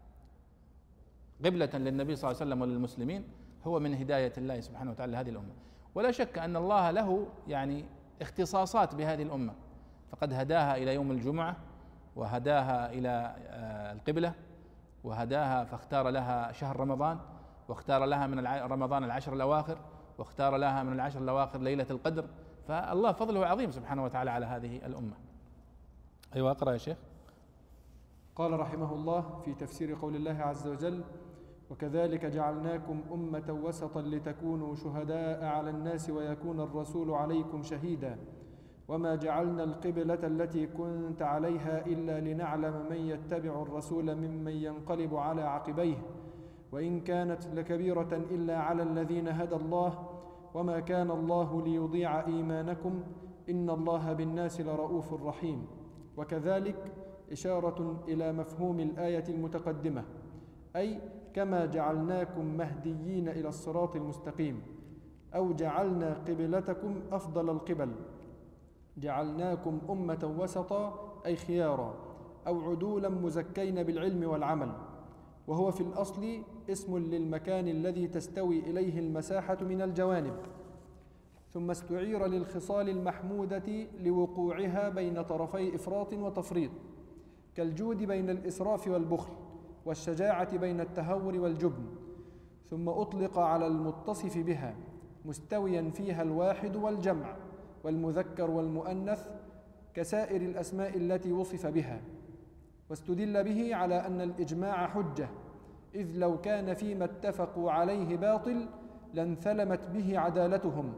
قبلة للنبي صلى الله عليه وسلم وللمسلمين هو من هداية الله سبحانه وتعالى لهذه الأمة. ولا شك أن الله له يعني اختصاصات بهذه الأمة، فقد هداها إلى يوم الجمعة، وهداها إلى القبلة، وهداها فاختار لها شهر رمضان، واختار لها من رمضان العشر الأواخر، واختار لها من العشر الأواخر ليلة القدر. فالله فضله عظيم سبحانه وتعالى على هذه الأمة. أيوة أقرأ يا شيخ. قال رحمه الله في تفسير قول الله عز وجل وكذلك جعلناكم أمة وسطا لتكونوا شهداء على الناس ويكون الرسول عليكم شهيدا وما جعلنا القبلة التي كنت عليها إلا لنعلم من يتبع الرسول ممن ينقلب على عقبيه وإن كانت لكبيرة إلا على الذين هدى الله وما كان الله ليضيع إيمانكم إن الله بالناس لرؤوف رحيم. وكذلك إشارة إلى مفهوم الآية المتقدمة، أي كما جعلناكم مهديين إلى الصراط المستقيم، أو جعلنا قبلتكم أفضل القبل، جعلناكم أمة وسطا أي خيارا، أو عدولا مزكين بالعلم والعمل، وهو في الأصل اسم للمكان الذي تستوي إليه المساحة من الجوانب، ثم استعير للخصال المحمودة لوقوعها بين طرفي إفراط وتفريط، كالجود بين الإسراف والبخل، والشجاعة بين التهور والجبن، ثم أطلق على المتصف بها مستويا فيها الواحد والجمع والمذكر والمؤنث كسائر الأسماء التي وصف بها. واستدل به على أن الإجماع حجة، إذ لو كان فيما اتفقوا عليه باطل لانثلمت به عدالتهم.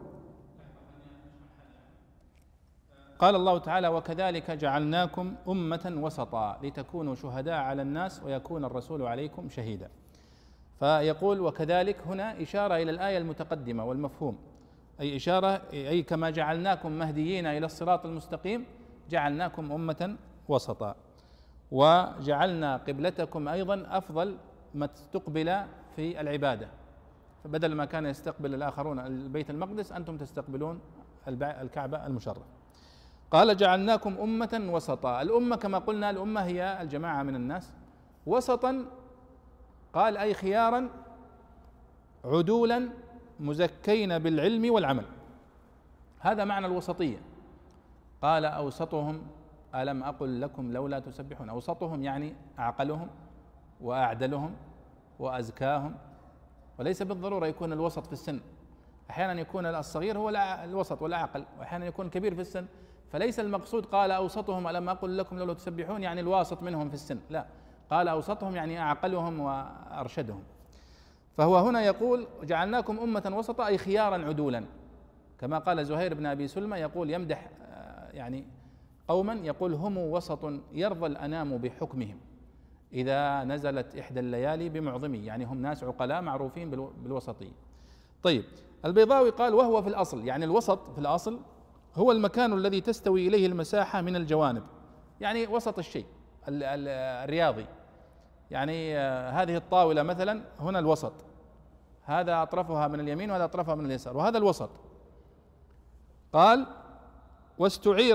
قال الله تعالى: وكذلك جعلناكم أمة وسطا لتكونوا شهداء على الناس ويكون الرسول عليكم شهيدا. فيقول وكذلك هنا إشارة إلى الآية المتقدمة والمفهوم، أي إشارة أي كما جعلناكم مهديين إلى الصراط المستقيم جعلناكم أمة وسطا، وجعلنا قبلتكم أيضا أفضل ما استقبل في العبادة، فبدل ما كان يستقبل الآخرون البيت المقدس أنتم تستقبلون الكعبة المشرف. قال جعلناكم أمة وسطا. الأمة كما قلنا الأمة هي الجماعة من الناس، وسطا قال أي خيارا عدولا مزكين بالعلم والعمل، هذا معنى الوسطية. قال أوسطهم ألم أقل لكم لولا تسبحون. أوسطهم يعني أعقلهم وأعدلهم وأزكاهم، وليس بالضرورة يكون الوسط في السن، أحيانا يكون الصغير هو الوسط والأعقل، وأحيانا يكون كبير في السن، فليس المقصود قال أوسطهم ألم أقل لكم لولا تسبحون يعني الواسط منهم في السن، لا، قال أوسطهم يعني أعقلهم وأرشدهم. فهو هنا يقول جعلناكم أمة وسطا أي خيارا عدولا، كما قال زهير بن أبي سلمى يقول يمدح يعني قوما يقول هم وسط يرضى الأنام بحكمهم إذا نزلت إحدى الليالي بمعظمي، يعني هم ناس عقلاء معروفين بالوسطية. طيب البيضاوي قال وهو في الأصل، يعني الوسط في الأصل هو المكان الذي تستوي إليه المساحة من الجوانب، يعني وسط الشيء الرياضي، يعني هذه الطاولة مثلا هنا الوسط، هذا أطرفها من اليمين وهذا أطرفها من اليسار، وهذا الوسط. قال واستعير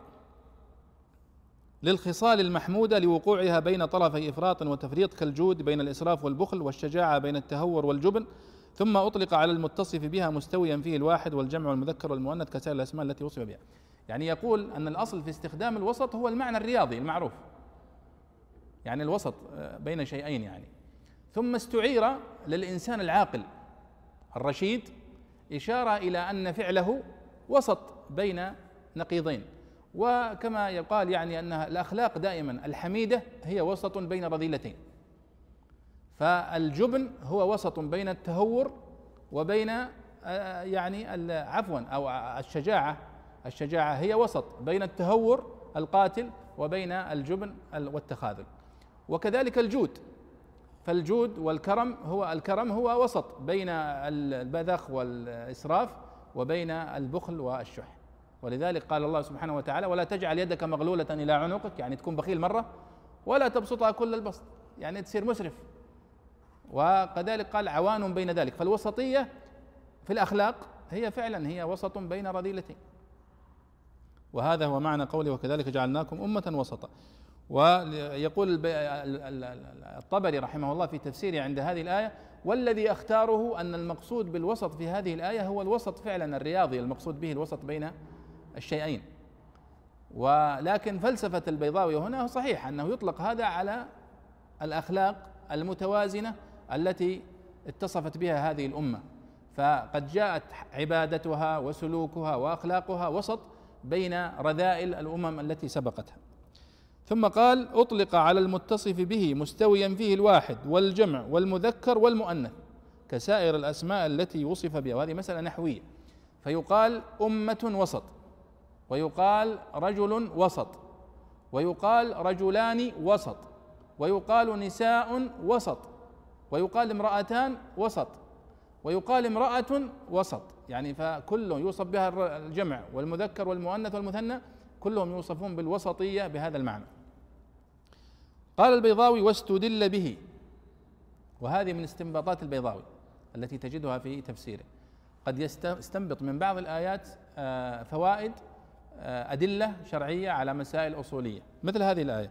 للخصال المحمودة لوقوعها بين طرفي إفراط وتفريط، كالجود بين الإسراف والبخل، والشجاعة بين التهور والجبن، ثم أطلق على المتصف بها مستويا فيه الواحد والجمع والمذكر والمؤنث كسائر الأسماء التي وصف بها. يعني يقول أن الأصل في استخدام الوسط هو المعنى الرياضي المعروف، يعني الوسط بين شيئين يعني. ثم استعير للإنسان العاقل الرشيد إشارة إلى أن فعله وسط بين نقيضين، وكما يقال يعني أن الأخلاق دائما الحميدة هي وسط بين رذيلتين، فالجبن هو وسط بين التهور وبين يعني عفوا أو الشجاعة هي وسط بين التهور القاتل وبين الجبن والتخاذل. وكذلك الجود، فالجود والكرم هو وسط بين البذخ والإسراف وبين البخل والشح. ولذلك قال الله سبحانه وتعالى ولا تجعل يدك مغلولة إلى عنقك، يعني تكون بخيل مرة، ولا تبسطها كل البسط، يعني تصير مسرف. وكذلك قال عوان بين ذلك. فالوسطية في الأخلاق هي فعلا هي وسط بين رذيلتين، وهذا هو معنى قوله وكذلك جعلناكم أمة وسطا. ويقول الطبري رحمه الله في تفسيره عند هذه الآية والذي أختاره أن المقصود بالوسط في هذه الآية هو الوسط فعلا الرياضي، المقصود به الوسط بين الشيئين. ولكن فلسفة البيضاوي هنا صحيح أنه يطلق هذا على الأخلاق المتوازنة التي اتصفت بها هذه الأمة، فقد جاءت عبادتها وسلوكها وأخلاقها وسط بين رذائل الأمم التي سبقتها. ثم قال أطلق على المتصف به مستويا فيه الواحد والجمع والمذكر والمؤنث كسائر الأسماء التي وصف بها، وهذه مسألة نحوية. فيقال أمة وسط، ويقال رجل وسط، ويقال رجلان وسط، ويقال نساء وسط، ويقال امرأتان وسط، ويقال امرأة وسط، يعني فكل يوصف بها الجمع والمذكر والمؤنث والمثنى كلهم يوصفون بالوسطية بهذا المعنى. قال البيضاوي واستدل به، وهذه من استنباطات البيضاوي التي تجدها في تفسيره، قد يستنبط من بعض الآيات فوائد أدلة شرعية على مسائل أصولية، مثل هذه الآية.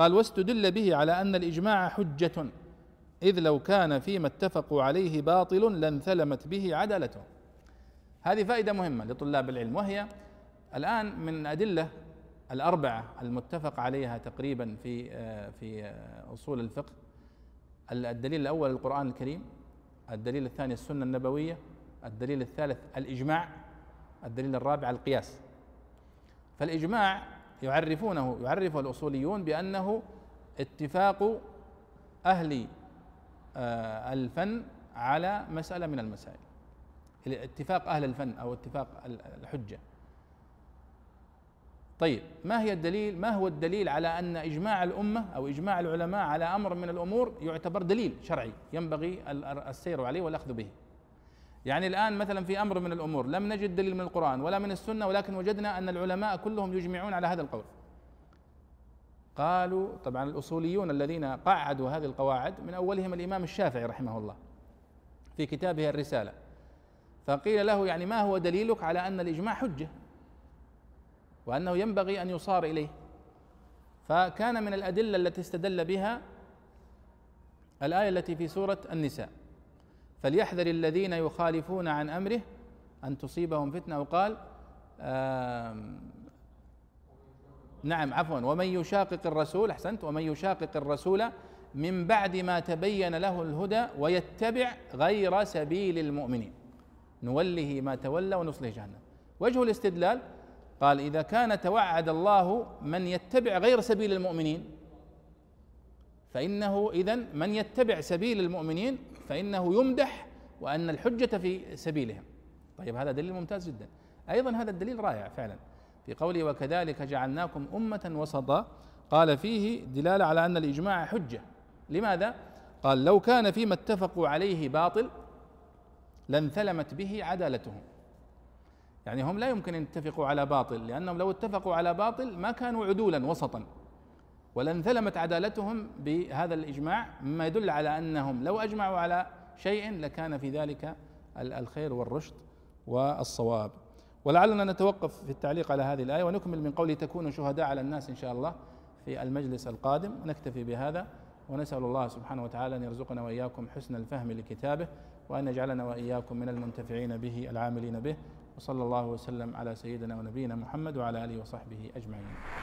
قال واستدل به على أن الإجماع حجة، إذ لو كان فيما اتفقوا عليه باطل لانثلمت به عدالته. هذه فائدة مهمة لطلاب العلم، وهي الآن من الأدلة الأربعة المتفق عليها تقريبا في أصول الفقه: الدليل الأول القرآن الكريم، الدليل الثاني السنة النبوية، الدليل الثالث الإجماع، الدليل الرابع القياس. فالإجماع يعرفه الأصوليون بأنه اتفاق أهل الفن على مسألة من المسائل، اتفاق أهل الفن أو اتفاق الحجة. طيب، ما هو الدليل على أن إجماع الأمة أو إجماع العلماء على أمر من الأمور يعتبر دليل شرعي ينبغي السير عليه والأخذ به؟ يعني الآن مثلا في أمر من الأمور لم نجد دليل من القرآن ولا من السنة، ولكن وجدنا أن العلماء كلهم يجمعون على هذا القول. قالوا طبعا الأصوليون الذين قعدوا هذه القواعد من أولهم الإمام الشافعي رحمه الله في كتابه الرسالة، فقيل له يعني ما هو دليلك على أن الإجماع حجة وأنه ينبغي أن يصار إليه؟ فكان من الأدلة التي استدل بها الآية التي في سورة النساء: فليحذر الذين يخالفون عن أمره أن تصيبهم فتنة، وقال ومن يشاقق الرسول، أحسنت، ومن يشاقق الرسول من بعد ما تبين له الهدى ويتبع غير سبيل المؤمنين نوله ما تولى ونصله جهنم. وجه الاستدلال قال إذا كان توعد الله من يتبع غير سبيل المؤمنين، فإنه إذن من يتبع سبيل المؤمنين فإنه يمدح وأن الحجة في سبيلهم. طيب، هذا دليل ممتاز جدا. أيضا هذا الدليل رائع فعلا في قوله وكذلك جعلناكم أمة وسطا، قال فيه دلالة على أن الإجماع حجة. لماذا؟ قال لو كان فيما اتفقوا عليه باطل لانثلمت به عدالتهم. يعني هم لا يمكن أن يتفقوا على باطل، لأنهم لو اتفقوا على باطل ما كانوا عدولا وسطا، ولانثلمت عدالتهم بهذا الإجماع، مما يدل على أنهم لو أجمعوا على شيء لكان في ذلك الخير والرشد والصواب. ولعلنا نتوقف في التعليق على هذه الآية ونكمل من قوله تكونوا شهداء على الناس إن شاء الله في المجلس القادم. نكتفي بهذا، ونسأل الله سبحانه وتعالى أن يرزقنا وإياكم حسن الفهم لكتابه، وأن يجعلنا وإياكم من المنتفعين به العاملين به. وصلى الله وسلم على سيدنا ونبينا محمد وعلى آله وصحبه أجمعين.